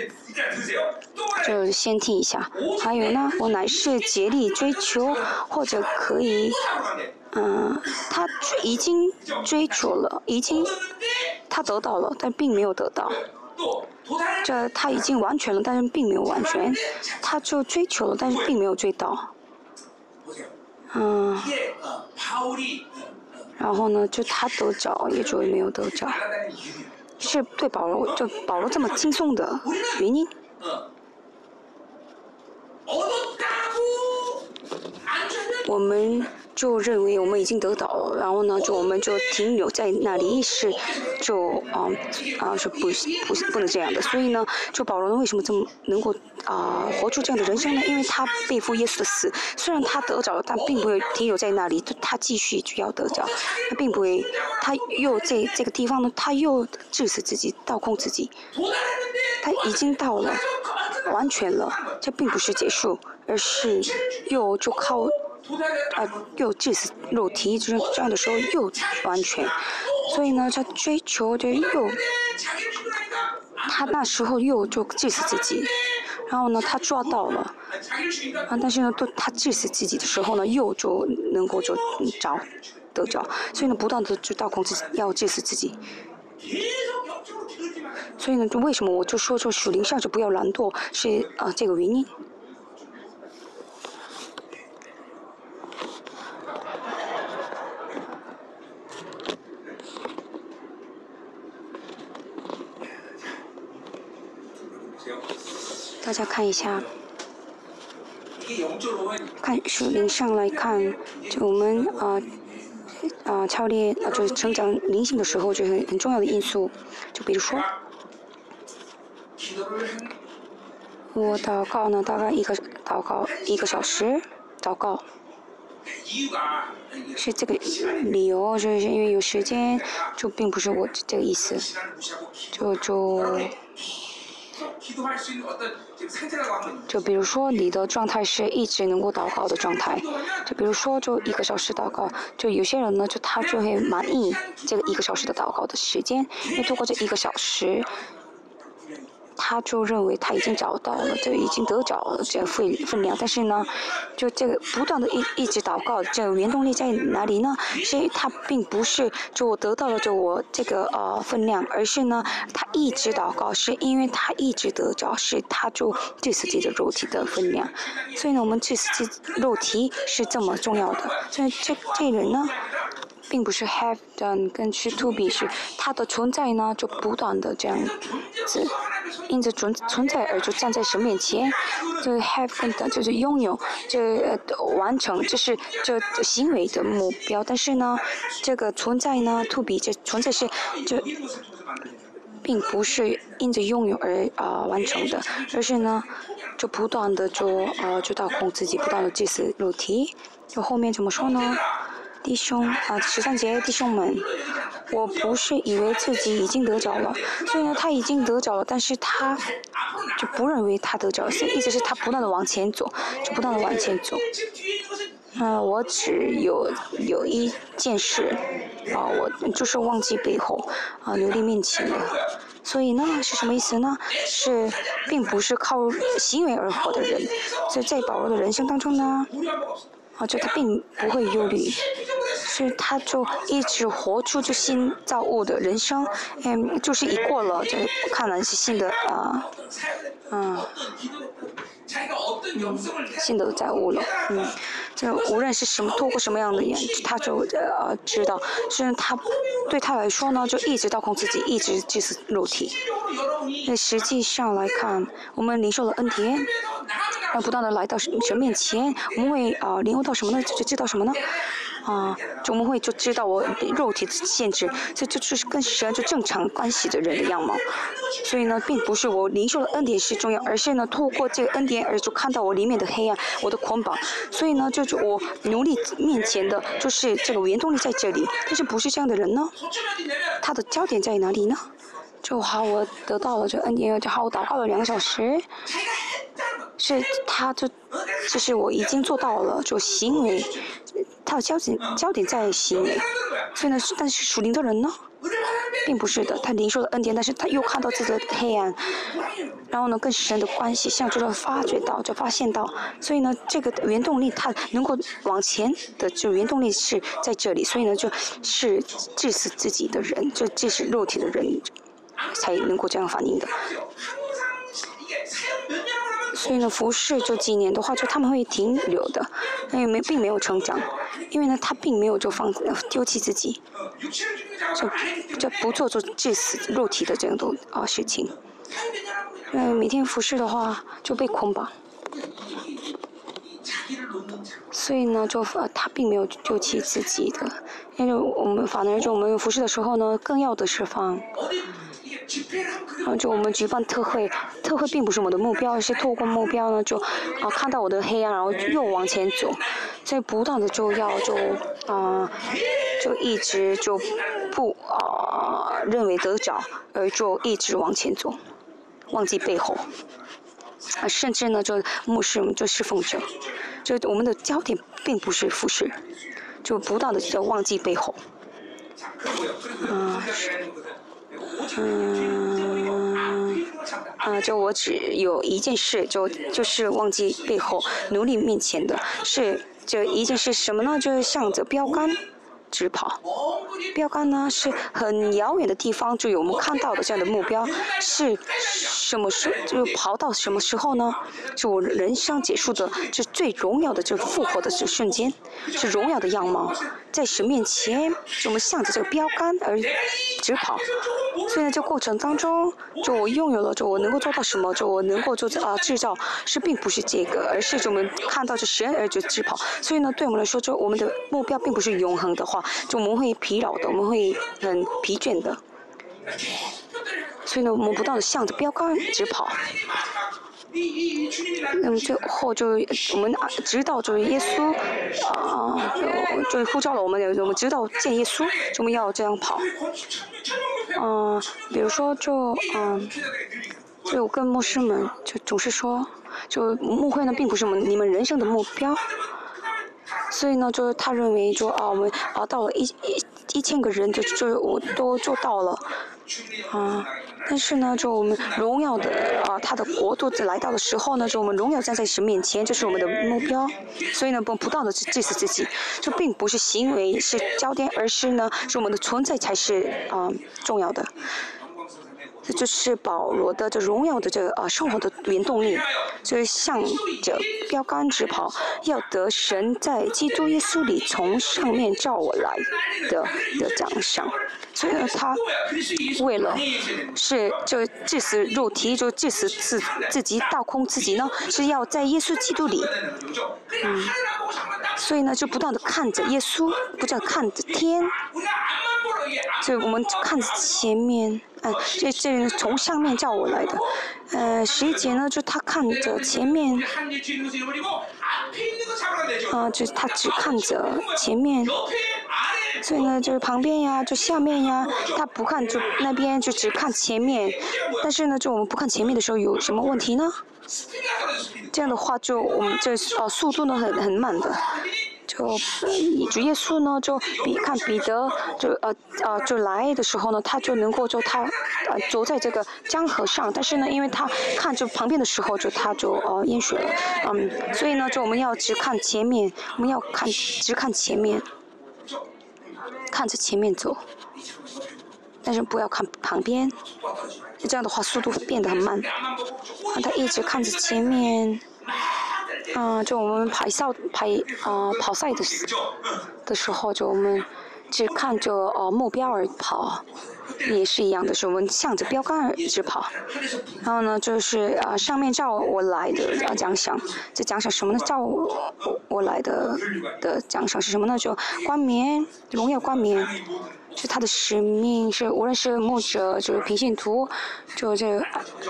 就先听一下。还有呢，我乃是竭力追求，或者可以，他已经追求了，他得到了，但并没有得到。这他已经完全了，但是并没有完全。他就追求了，但是并没有追到。然后呢，就他得着，也就没有得着，是对保罗这么轻松的原因。我们就认为我们已经得到了，然后呢，我们就停留在那里，是不能这样的。所以呢，就保罗为什么这么能够活出这样的人生呢？因为他背负耶稣的死，虽然他得着了，但并不会停留在那里，他继续就要得着，他并不会，他又在这个地方呢，他又致死自己，倒空自己，他已经到了，完全了，这并不是结束，而是又就靠。又致死肉体，就是这样的时候又完全，所以呢，他追求的又，他那时候又就致死自己，然后呢，他抓到了，但是呢，他致死自己的时候呢，又就能够就得着，所以呢，不断的就倒空自己，要致死自己。所以呢，就为什么我就说属灵上就不要懒惰，是这个原因。大家看一下，看属灵上来看，就我们操练就是成长灵性的时候，就是很重要的因素。就比如说，我祷告呢，大概1个小时祷告，是这个理由，就是因为有时间，就并不是我这个意思，就比如说你的状态是一直能够祷告的状态，就比如说就1个小时祷告，就有些人呢他就会满意这个1个小时的祷告的时间，因为通过这1个小时，他就认为他已经找到了，就已经得着了这个分量，但是呢，就这个不断的一直祷告，这个原动力在哪里呢？是他并不是就我得到了就我这个分量，而是呢，他一直祷告，是因为他一直得着，是他就致死自己的肉体的分量，所以呢，我们致死自己肉体是这么重要的，所以这人呢，并不是 have done 跟是 to be， 是他的存在呢就不断的这样子。因着存在而就站在神面前，就是 have 跟的就是拥有，完成，这是这行为的目标。但是呢，这个存在呢 ，to be 这存在是并不是因着拥有而完成的，而是呢，就不断的就倒空自己，不断的致死肉体。就后面怎么说呢？弟兄13节，弟兄们，我不是以为自己已经得着了，所以呢，他已经得着了，但是他就不认为他得着了，意思是他不断的往前走，就不断的往前走。我只有一件事，我就是忘记背后，努力面前的。所以呢，是什么意思呢？并不是靠行为而活的人，所以在保罗的人生当中呢，就他并不会忧虑，所以他就一直活出就新造物的人生，就是已过了，就看来是新的新的造物了，这无论是什么，透过什么样的眼，他就知道，是他对他来说呢，就一直倒空自己，一直致死肉体。那实际上来看，我们领受了恩典，不断的来到神面前，我们会领悟到什么呢？就知道什么呢？就我们会就知道我肉体的限制，这就是跟神就正常关系的人的样貌。所以呢，并不是我领受的恩典是重要，而是呢，透过这个恩典而就看到我里面的黑暗，我的捆绑。所以呢，就是我努力面前的，就是这个原动力在这里。但是不是这样的人呢？他的焦点在哪里呢？就好，我得到了这恩典，就好，我祷告了2个小时，是他就是我已经做到了，就行为，他的焦点在行为。所以呢，但是属灵的人呢，并不是的，他领受了恩典，但是他又看到自己的黑暗，然后呢，跟神的关系像这个发现到，所以呢，这个原动力他能够往前的就原动力是在这里，所以呢，就是致死自己的人，就致死肉体的人，才能够这样反应的。所以呢，服侍就几年的话，就他们会停留的，并没有成长，因为呢，他并没有就丢弃自己，就不做致死肉体的这样的事情。每天服侍的话就被捆绑，所以呢，他并没有丢弃自己的，因为我们反而就我们服侍的时候呢，更要的释放。就我们举办特会并不是我们的目标，而是透过目标呢，就看到我的黑暗，然后又往前走，所以不断的就一直就不认为得着，而就一直往前走，忘记背后，甚至呢，就牧师就侍奉者，就我们的焦点并不是服侍，就不断的就忘记背后，就我只有一件事，就是忘记背后，努力面前的是这一件事什么呢？就是向着标杆直跑。标杆呢是很遥远的地方，就有我们看到的这样的目标，是什么时就跑到什么时候呢？就我人生结束的，就最荣耀的，就复活的这瞬间，是荣耀的样貌，在神面前，就我们向着这个标杆而直跑。所以呢，这过程当中，就我拥有了，就我能够做到什么，就我能够制造，并不是这个，而是就我们看到这神而就直跑。所以呢，对我们来说，就我们的目标并不是永恒的话，就我们会疲劳的，我们会很疲倦的。所以呢，我们不断的向着标杆直跑。那么最后就我们知道，就是耶稣就呼召了我们知道见耶稣，就我们要这样跑。比如说就我跟牧师们就总是说，就牧会呢并不是你们人生的目标，所以呢，就是他认为我们到了1000个人就我都做到了。但是呢，就我们荣耀的他的国度来到的时候呢，就我们荣耀站在神面前，这是我们的目标。所以呢，不断的致死自己，就并不是行为是焦点，而是呢，是我们的存在才是重要的。这就是保罗的这荣耀的这个生活的原动力，就是向着标杆直跑，要得神在基督耶稣里从上面召我来的奖赏。所以呢，他为了就致死肉体，就致死自己，倒空自己呢，是要在耶稣基督里，所以呢，就不断的看着耶稣，不断地看着天，所以我们看着前面。 这人从上面叫我来的。11节呢，就他看着前面，就是他只看着前面，所以呢，就是旁边呀，就下面呀，他不看就那边，就只看前面。但是呢，就我们不看前面的时候有什么问题呢？这样的话，就我们这速度呢很慢的。主耶稣呢，就看彼得就来的时候呢，他就能够他走在这个江河上，但是呢，因为他看着旁边的时候，他就淹水了，所以呢，就我们要只看前面，我们要只看前面，看着前面走，但是不要看旁边，这样的话速度会变得很慢。他一直看着前面。就我们跑赛的时候，就我们只看着目标而跑，也是一样的，是我们向着标杆而直跑。然后呢，就是上面照我来的奖赏，这奖赏什么呢？照我来的奖赏是什么呢？就冠冕，荣耀冠冕，是他的使命，是无论是牧者，就是平信徒，就这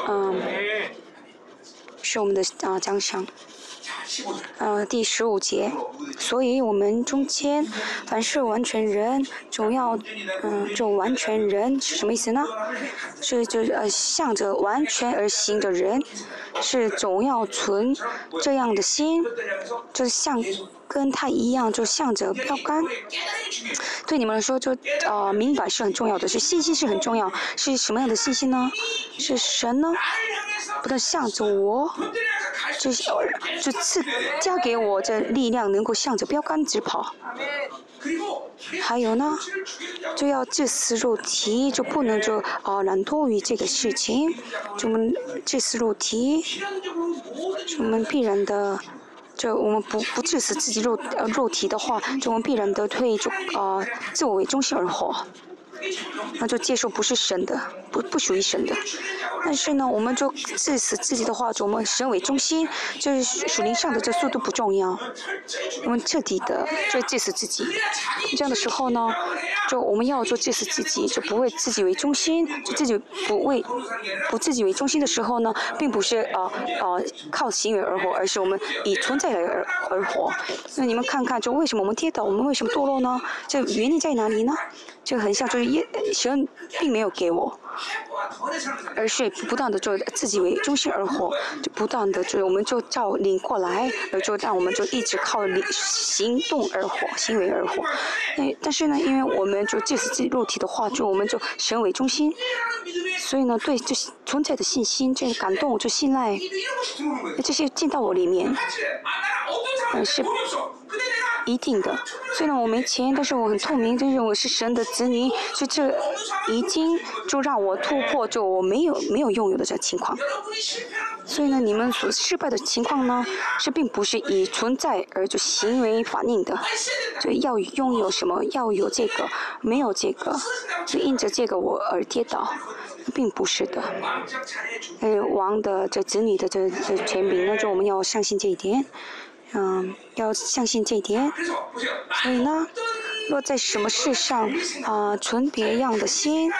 是我们的奖赏。第15节，所以我们中间凡是完全人，总要这种完全人是什么意思呢？是向着完全而行的人，是总要存这样的心，就是跟他一样，就向着标杆。对你们来说，就明白是很重要的，是信心是很重要。是什么样的信心呢？是神呢，不但向着我，就加给我这力量，能够向着标杆直跑。还有呢，就要致死肉体，就不能懒惰于这个事情。就我们致死肉体，我们必然的。我们不致死自己肉体的话，我们必然的会自我为中心而活，那就接受不是神的，不属于神的。但是呢，我们就致死自己的话，我们神为中心，就是属灵上的这速度不重要，我们彻底的就致死自己。这样的时候呢，我们要致死自己，就不为自己为中心，不自己为中心的时候呢，并不是靠行为而活，而是我们以存在而活。那你们看看，为什么我们跌倒，我们为什么堕落呢？这原因在哪里呢？这很像神并没有给我，而是不断的自己为中心而活，就不断的我们就照领过来，让我们一直靠行动而活，行为而活。但是呢，因为我们致死自己肉体的话，我们神为中心，所以呢，对这存在的信心、这感动、信赖，这些进到我里面，是一定的。虽然我没钱，但是我很透明，但是我是神的子女，所以这已经让我突破我没有拥有的这情况。所以呢，你们所失败的情况呢，并不是以存在而行为反应的，要拥有什么，要有这个，没有这个，就因着这个我而跌倒，并不是的。王的子女的这权柄呢，我们要相信这一点。要相信这一点。所以呢，若在什么事上存别样的心，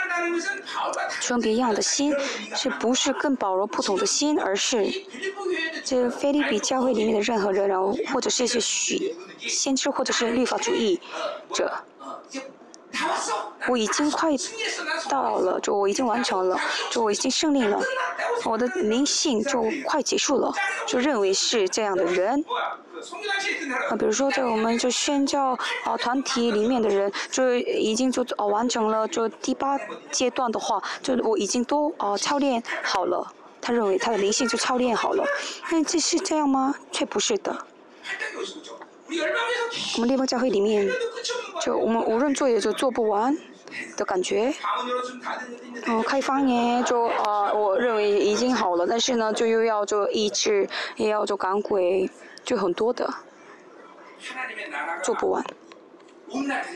是不是更保罗不同的心，而是这腓立比教会里面的任何人，或者是先知，或者是律法主义者。我已经快到了，我已经完成了，我已经胜利了，我的灵性快结束了，认为是这样的人。比如说我们宣教团体里面的人，已经完成了第8阶段的话，我已经都操练好了，他认为他的灵性操练好了。那这是这样吗？却不是的。我们列邦教会里面，我们无论做也做不完的感觉。开方言我认为已经好了，但是呢，又要医治，也要赶鬼，很多的做不完。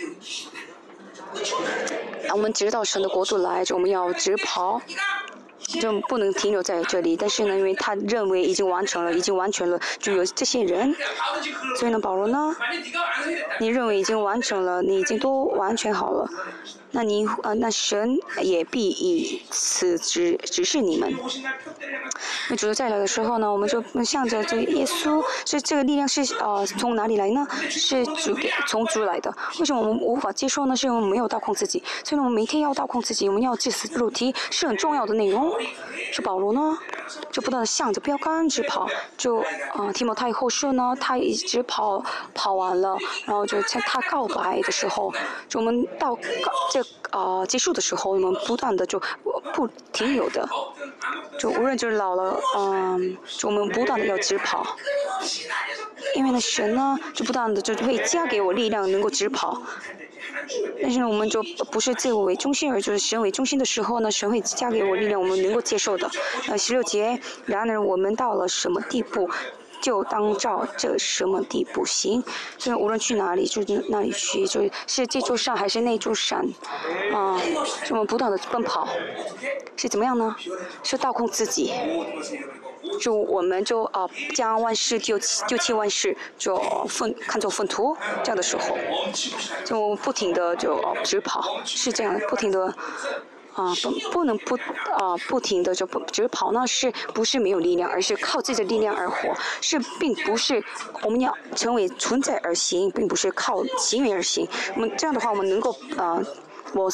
我们直到神的国度来，我们要直跑。 就不能停留在这里。但是呢，因为他认为已经完成了，就有这些人，所以呢，保罗呢，你认为已经完成了，你已经都完全好了，那神也必以此指示你们。那主再来的时候呢，我们就向着这个耶稣，这个力量是从哪里来呢？是从主来的。为什么我们无法接受呢？是因为我们没有倒空自己。所以呢，我们每天要倒空自己，我们要致死肉体是很重要的内容。是保罗呢，就不断的向着标杆直跑。就提摩太后书呢，他一直跑完了，然后就在他告白的时候，就我们到结束的时候，我们不断的就不停留的，就无论就是老了，就我们不断的要直跑，因为呢神呢就不断的就会加给我力量能够直跑。但是呢，我们就不是自我为中心，而就是神为中心的时候呢，神会加给我力量，我们能够接受的。16节，然而我们到了什么地步，就当照这什么地步行。所以无论去哪里，就那里去，就是这座山还是那座山，就我们不断的奔跑，是怎么样呢？是倒空自己。就我们就将万事丢弃万事，就看作粪土，这样的时候，就不停的就直跑，是这样不停的不能不停的就直跑呢，是不是没有力量，而是靠自己的力量而活，并不是我们要成为存在而行，并不是靠行为而行。我们这样的话，我们能够我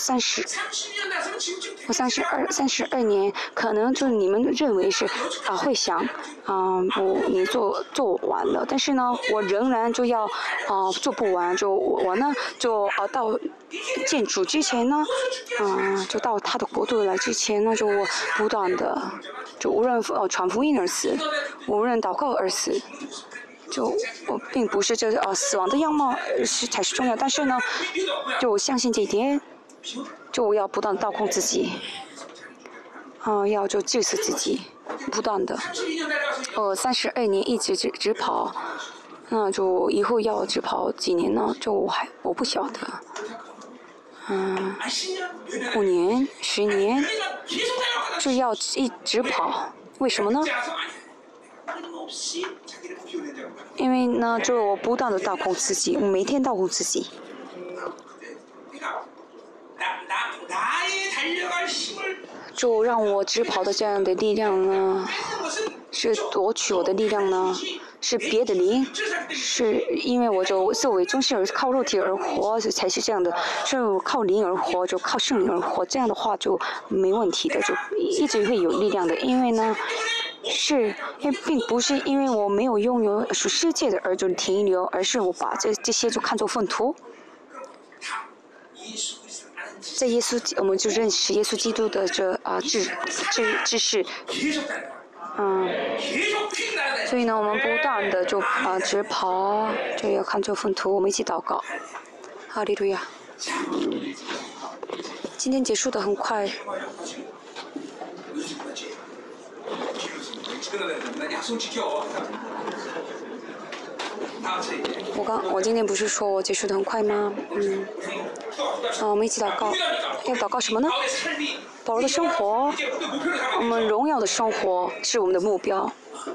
32年，可能就是你们认为是会想你做完了，但是呢，我仍然就要做不完，就我呢就到见主之前呢，就到他的国度来之前呢，就我不断的就无论传福音而死，无论祷告而死。就我并不是死亡的样貌才是重要，但是呢，就我相信这一点。就我要不断倒空自己，要就致死自己，不断的。32年一直直跑，那就以后要直跑几年呢？就我不晓得。5年、10年，就要一直跑，为什么呢？因为呢，就我不断的倒空自己，我每天倒空自己。就让我直跑的这样的力量呢，是夺取我的力量呢，是别的灵，是因为我就自我为中心而靠肉体而活，才是这样的。是我靠灵而活，就靠圣灵而活，这样的话就没问题的，就一直会有力量的。因为呢，并不是因为我没有拥有属世界的而就停留，而是我把这些就看作粪土。在我们就认识耶稣基督的知识，所以呢，我们不断的就直跑，就要看作粪土。我们一起祷告，哈利路亚。今天结束的很快。我今天不是说我结束的很快吗？我们一起祷告，要祷告什么呢？保罗的生活，我们荣耀的生活是我们的目标。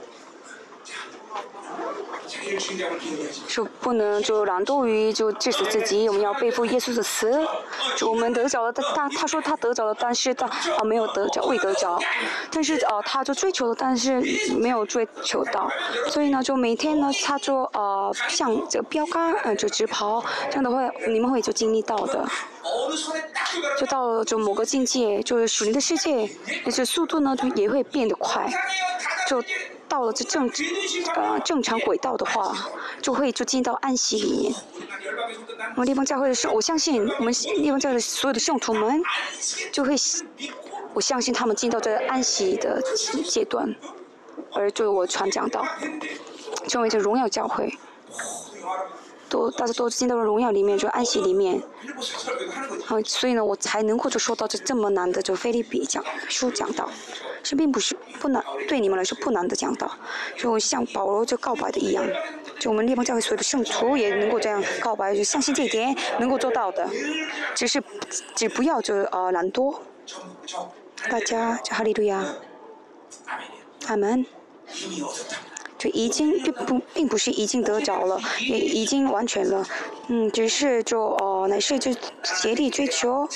就不能就懒惰于就致死自己，我们要背负耶稣的死。就我们得着了，他说他得着了，但是他没有得着，未得着。但是他就追求了，但是没有追求到。所以呢，就每天呢，他就像这个标杆就直跑，这样的话你们会就经历到的。就到了就某个境界，就是属灵的世界，就是速度呢就也会变得快。就到了这正常轨道的话，就会就进到安息里面。我们地方教会的我相信我们地方教会的所有的圣徒们，就会，我相信他们进到这安息的阶段，而就我传讲道，成为这荣耀教会。大家都进到了荣耀里面，就安息里面，所以呢，我才能够就说到这么难的就腓立比书讲道，并不是不难，对你们来说不难的讲道，就像保罗就告白的一样，就我们列邦教会所有的圣徒也能够这样告白，就相信这一点能够做到的，只不要就懒惰， 大家就哈利路亚，阿门。就已经并不是已经得着了，也已经完全了，只是乃是就竭力追求，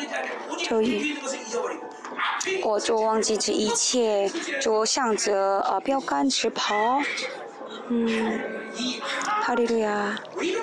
我就忘记这一切，就向着标杆直跑，哈利路亚。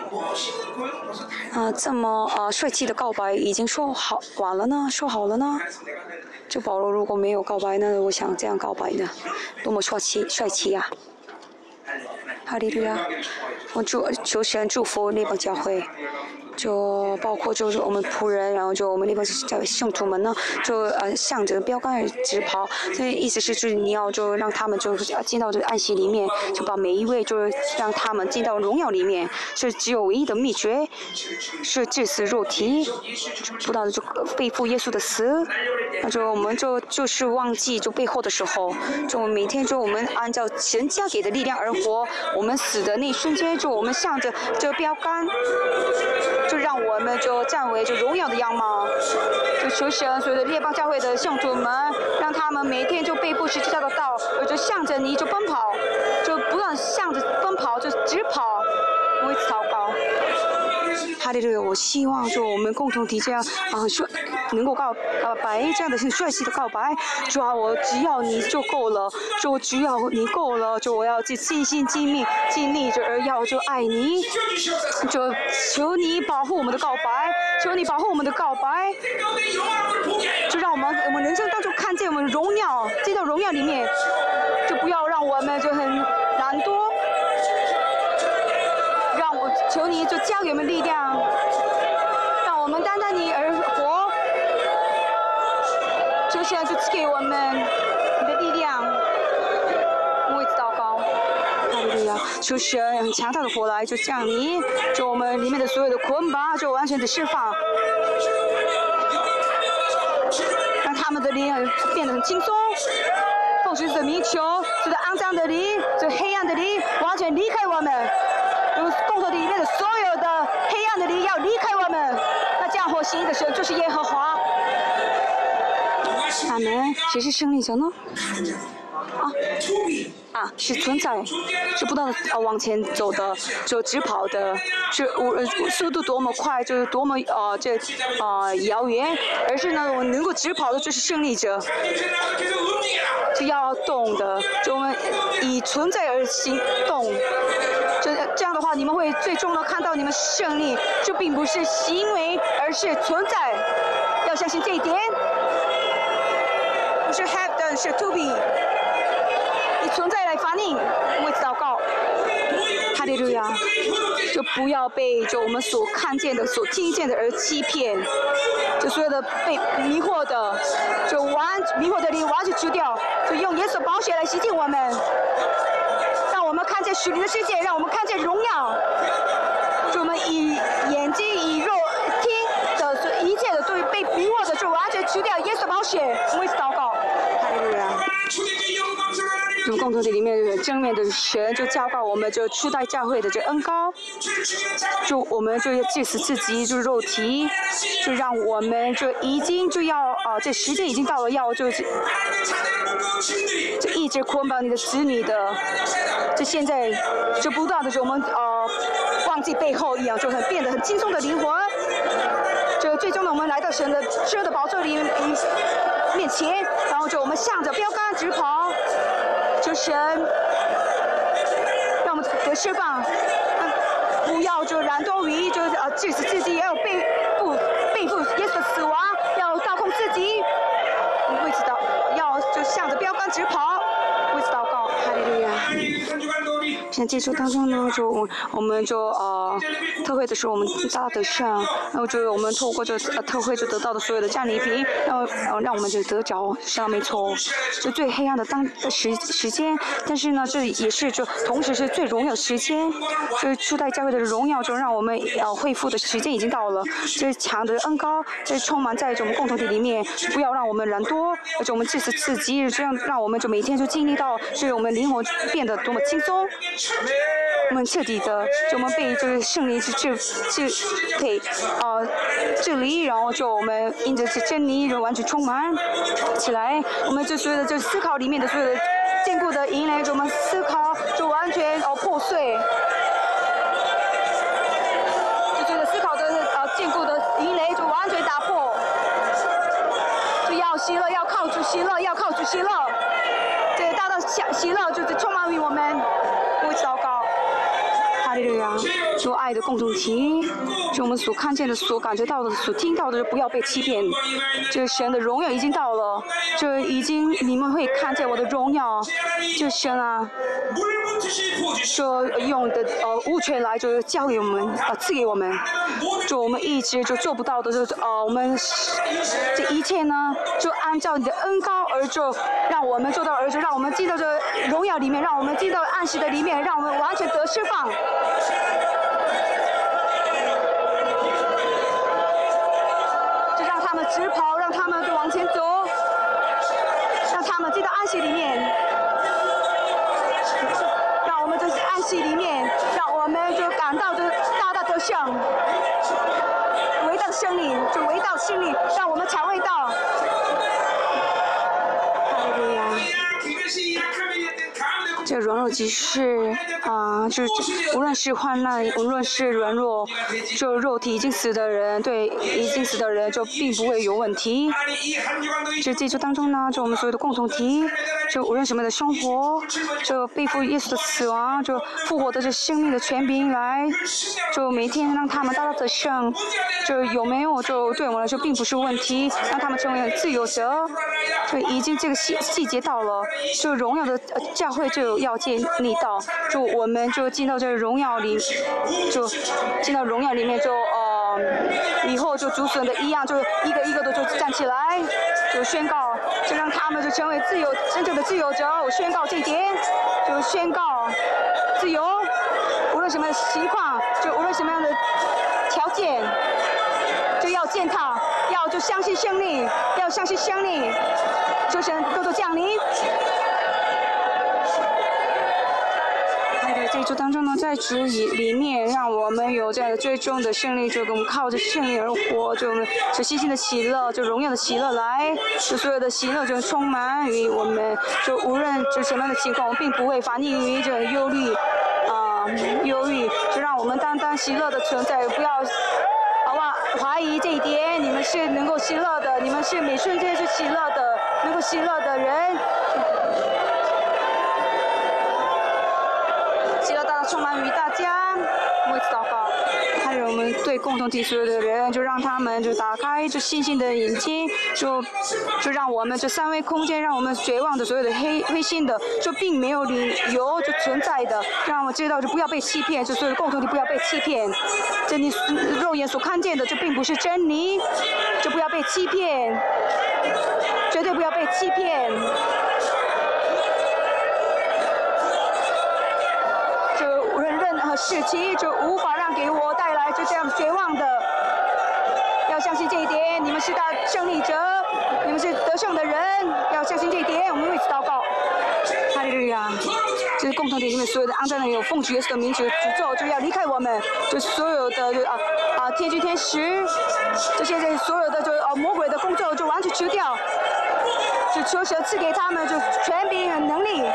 这么帅气的告白已经说好了呢。就保罗如果没有告白呢，我想这样告白的，多么帅气呀！哈利路亚！我求神祝福列邦教会，就包括就是我们仆人，然后就我们列邦教会圣徒们呢，就向着标杆而直跑。所以意思是就是你要就让他们就进到这个安息里面，就把每一位就是让他们进到荣耀里面。是只有唯一的秘诀，是致死肉体，不断的就背负耶稣的死。那就我们就是忘记就背后的时候，就每天就我们按照神加给的力量而活。我们死的那一瞬间，就我们向着这个标杆，就让我们就站为就荣耀的样貌。就求神所有的列邦教会的圣徒们，让他们每天就背负十字架的道，就向着你就奔跑，就不断向着奔跑，就直跑，为此祷告。哈利路亚！我希望就我们共同体这样能够告白这样的很帅气的告白。主啊，我只要你就够了，就只要你够了，就我要尽心尽力而要就爱你，就求你保护我们的告白，求你保护我们的告白，就让我们人生当中看见我们荣耀，进到荣耀里面，就不要让我们就很懒惰。求你就加给我们力量，让我们单单你而活。就现在就赐给我们你的力量，为此祷告。哈利路亚！求神很强大的火来就降临，就我们里面的所有的捆绑就完全的释放，让他们的灵变得很轻松。奉主的名求，这个肮脏的灵，这黑暗的灵，完全离开我们。共同体里面的所有的黑暗的灵要离开我们，那降火行的神就是耶和华。阿门。谁是胜利者呢？是存在，是不断的往前走的，就直跑的，是速度多么快，就是多么遥远，而是呢，我能够直跑的就是胜利者。就要动的，就我们以存在而行动。这样的话，你们会最终呢看到你们胜利，这并不是行为，而是存在。要相信这一点，不是 have done， 是 to be。以存在来反映，为此祷告。哈利路亚！就不要被就我们所看见的、所听见的而欺骗，就所有的被迷惑的，就迷惑的灵完全除掉，就用耶稣宝血来洗净我们。我们看见属灵的世界，让我们看见荣耀。就我们以眼睛、以肉听的一切的都被迷惑的，就完全除掉耶稣宝血。为此祷告，哈利路亚。就共同体里面正面的神就教告我们，就初代教会的这恩膏，就我们就要致死自己，就肉体，就让我们就已经就要这时间已经到了，要就一直捆绑你的子女的。就现在就不断的就我们忘记背后一样，就变得很轻松的灵魂。就最终呢，我们来到神的宝座里面前，然后就我们向着标杆直跑。就神让我们得释放，不要就懒惰于就致死自己，也要背负耶稣的死亡，要倒空自己。为此要就向着标杆直跑，为此祷告，哈利路亚。现在接触当中呢，就我们就特会的时候，我们大得胜，然后就我们透过这特会就得到的所有的战利品，然后让我们就得着，是啊，没错，就最黑暗的时间，但是呢，这也是就同时是最荣耀的时间，就是初代教会的荣耀，就让我们恢复的时间已经到了，这强的恩膏，这充满在我们共同体里面，不要让我们懒惰，而且我们致死自己，这样让我们就每天就经历到，是我们灵魂变得多么轻松。 我们彻底的，就我们被这个圣灵治配治理，然后就我们因着这真理，完全充满起来。我们就所有的这思考里面的所有的坚固的营垒，就我们思考就完全破碎。就所有的思考的坚固的营垒就完全打破。就要喜乐，要靠主喜乐，要靠主喜乐。这大到喜乐就是充满于我们。我祷告，哈利路亚，主爱的共同体，就我们所看见的、所感觉到的、所听到的，不要被欺骗。这神的荣耀已经到了，这已经你们会看见我的荣耀。就神啊，就用的物权来就交给我们，赐给我们。就我们一直就做不到的，就是我们这一切呢，就按照你的恩膏而就让我们做到，而就让我们进到这荣耀里面，让我们进到安息的里面，让我们完全得释放。就让他们直跑，让他们就往前走，让他们进到安息里面，让我们在安息里面，让我们就感到就大大得胜。伟大的胜利，就伟大的胜利，让我们尝味到。哈利路亚。这软弱即是就是无论是患难，无论是软弱，就肉体已经死的人，对已经死的人就并不会有问题。就这周当中呢，就我们所有的共同体，就无论什么的生活，就背负耶稣的死亡，就复活的这生命的权柄来，就每天让他们大大得胜。就有没有就对我们来说并不是问题，让他们成为自由者。就已经这个季节到了，就荣耀的教会就要建立到，就我们就进到这个荣耀里，就进到荣耀里面就以后就竹笋的一样，就一个一个的就站起来，就宣告，就让他们就成为自由真正的自由者。我宣告这一点，就宣告自由，无论什么情况，就无论什么样的条件，就要践踏，要就相信胜利，要相信胜利，求神多多降临。这一周当中呢，在主里面，让我们有这样的最终的胜利，就我们靠着胜利而活，就我们就信心的喜乐，就荣耀的喜乐来，就所有的喜乐就充满于我们，就无论就什么样的情况，我们并不会反应于这种忧虑，就让我们单单喜乐的存在，不要怀疑这一点，你们是能够喜乐的，你们是每瞬间是喜乐的，能够喜乐的人。喜乐大大充满于大家，我一起祷告。还有我们对共同体所有的人，就让他们就打开这信心的眼睛，就让我们这三维空间，让我们绝望的所有的灰心的，就并没有理由就存在的，让我们知道就不要被欺骗，就所有的共同体不要被欺骗。这你肉眼所看见的，这并不是真理，就不要被欺骗，绝对不要被欺骗。事情就无法让给我带来就这样绝望的，要相信这一点，你们是大胜利者，你们是得胜的人，要相信这一点，我们为此祷告。哈利路亚！这是共同体里面所有的肮脏的人，有奉主耶稣的名字诅咒，就要离开我们，就所有的就天君天使，这些人所有的就魔鬼的工作就完全除掉，就求神赐给他们就权柄和能力。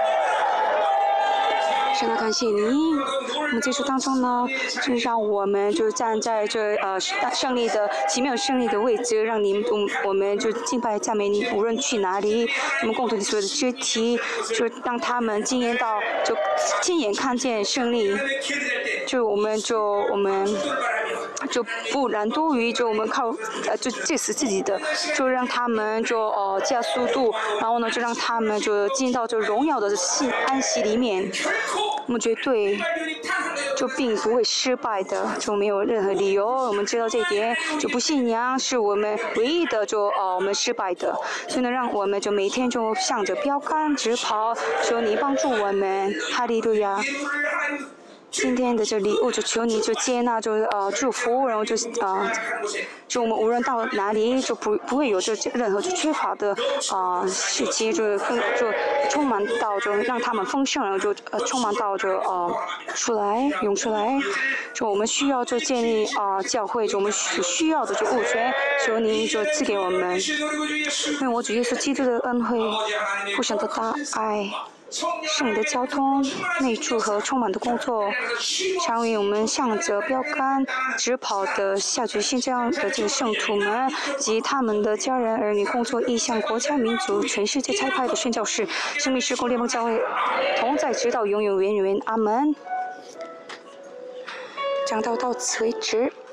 神啊，感谢你！我们接触当中呢，就让我们就站在这胜利的奇妙胜利的位置，让我们就敬拜赞美你，无论去哪里，我们共同的所有的肢体，就让他们经验到，就亲眼看见胜利，就我们就不懒惰于就我们靠就致死自己的，就让他们就加速度，然后呢就让他们就进到这荣耀的安息里面。我们绝对就并不会失败的，就没有任何理由。我们知道这一点，就不信仰是我们唯一的我们失败的。所以呢，让我们就每天就向着标杆直跑，求你帮助我们，哈利路亚。 今天的这礼物，就求你就接纳，就祝福，然后就我们无论到哪里，就不会有任何缺乏的时期，就充满到就让他们丰盛，然后就充满到就涌出来，就我们需要就建立教会，就我们需要的就物权，求您就赐给我们，因为我主耶稣基督的恩惠、父神的大爱、圣灵的交通、内住和充满的工作，常为我们向着标杆直跑的下决心这样的这个圣徒们及他们的家人儿女、工作意向、国家民族、全世界差派的宣教士、生命事工联盟教会同在直到永永远远。阿门。讲到此为止。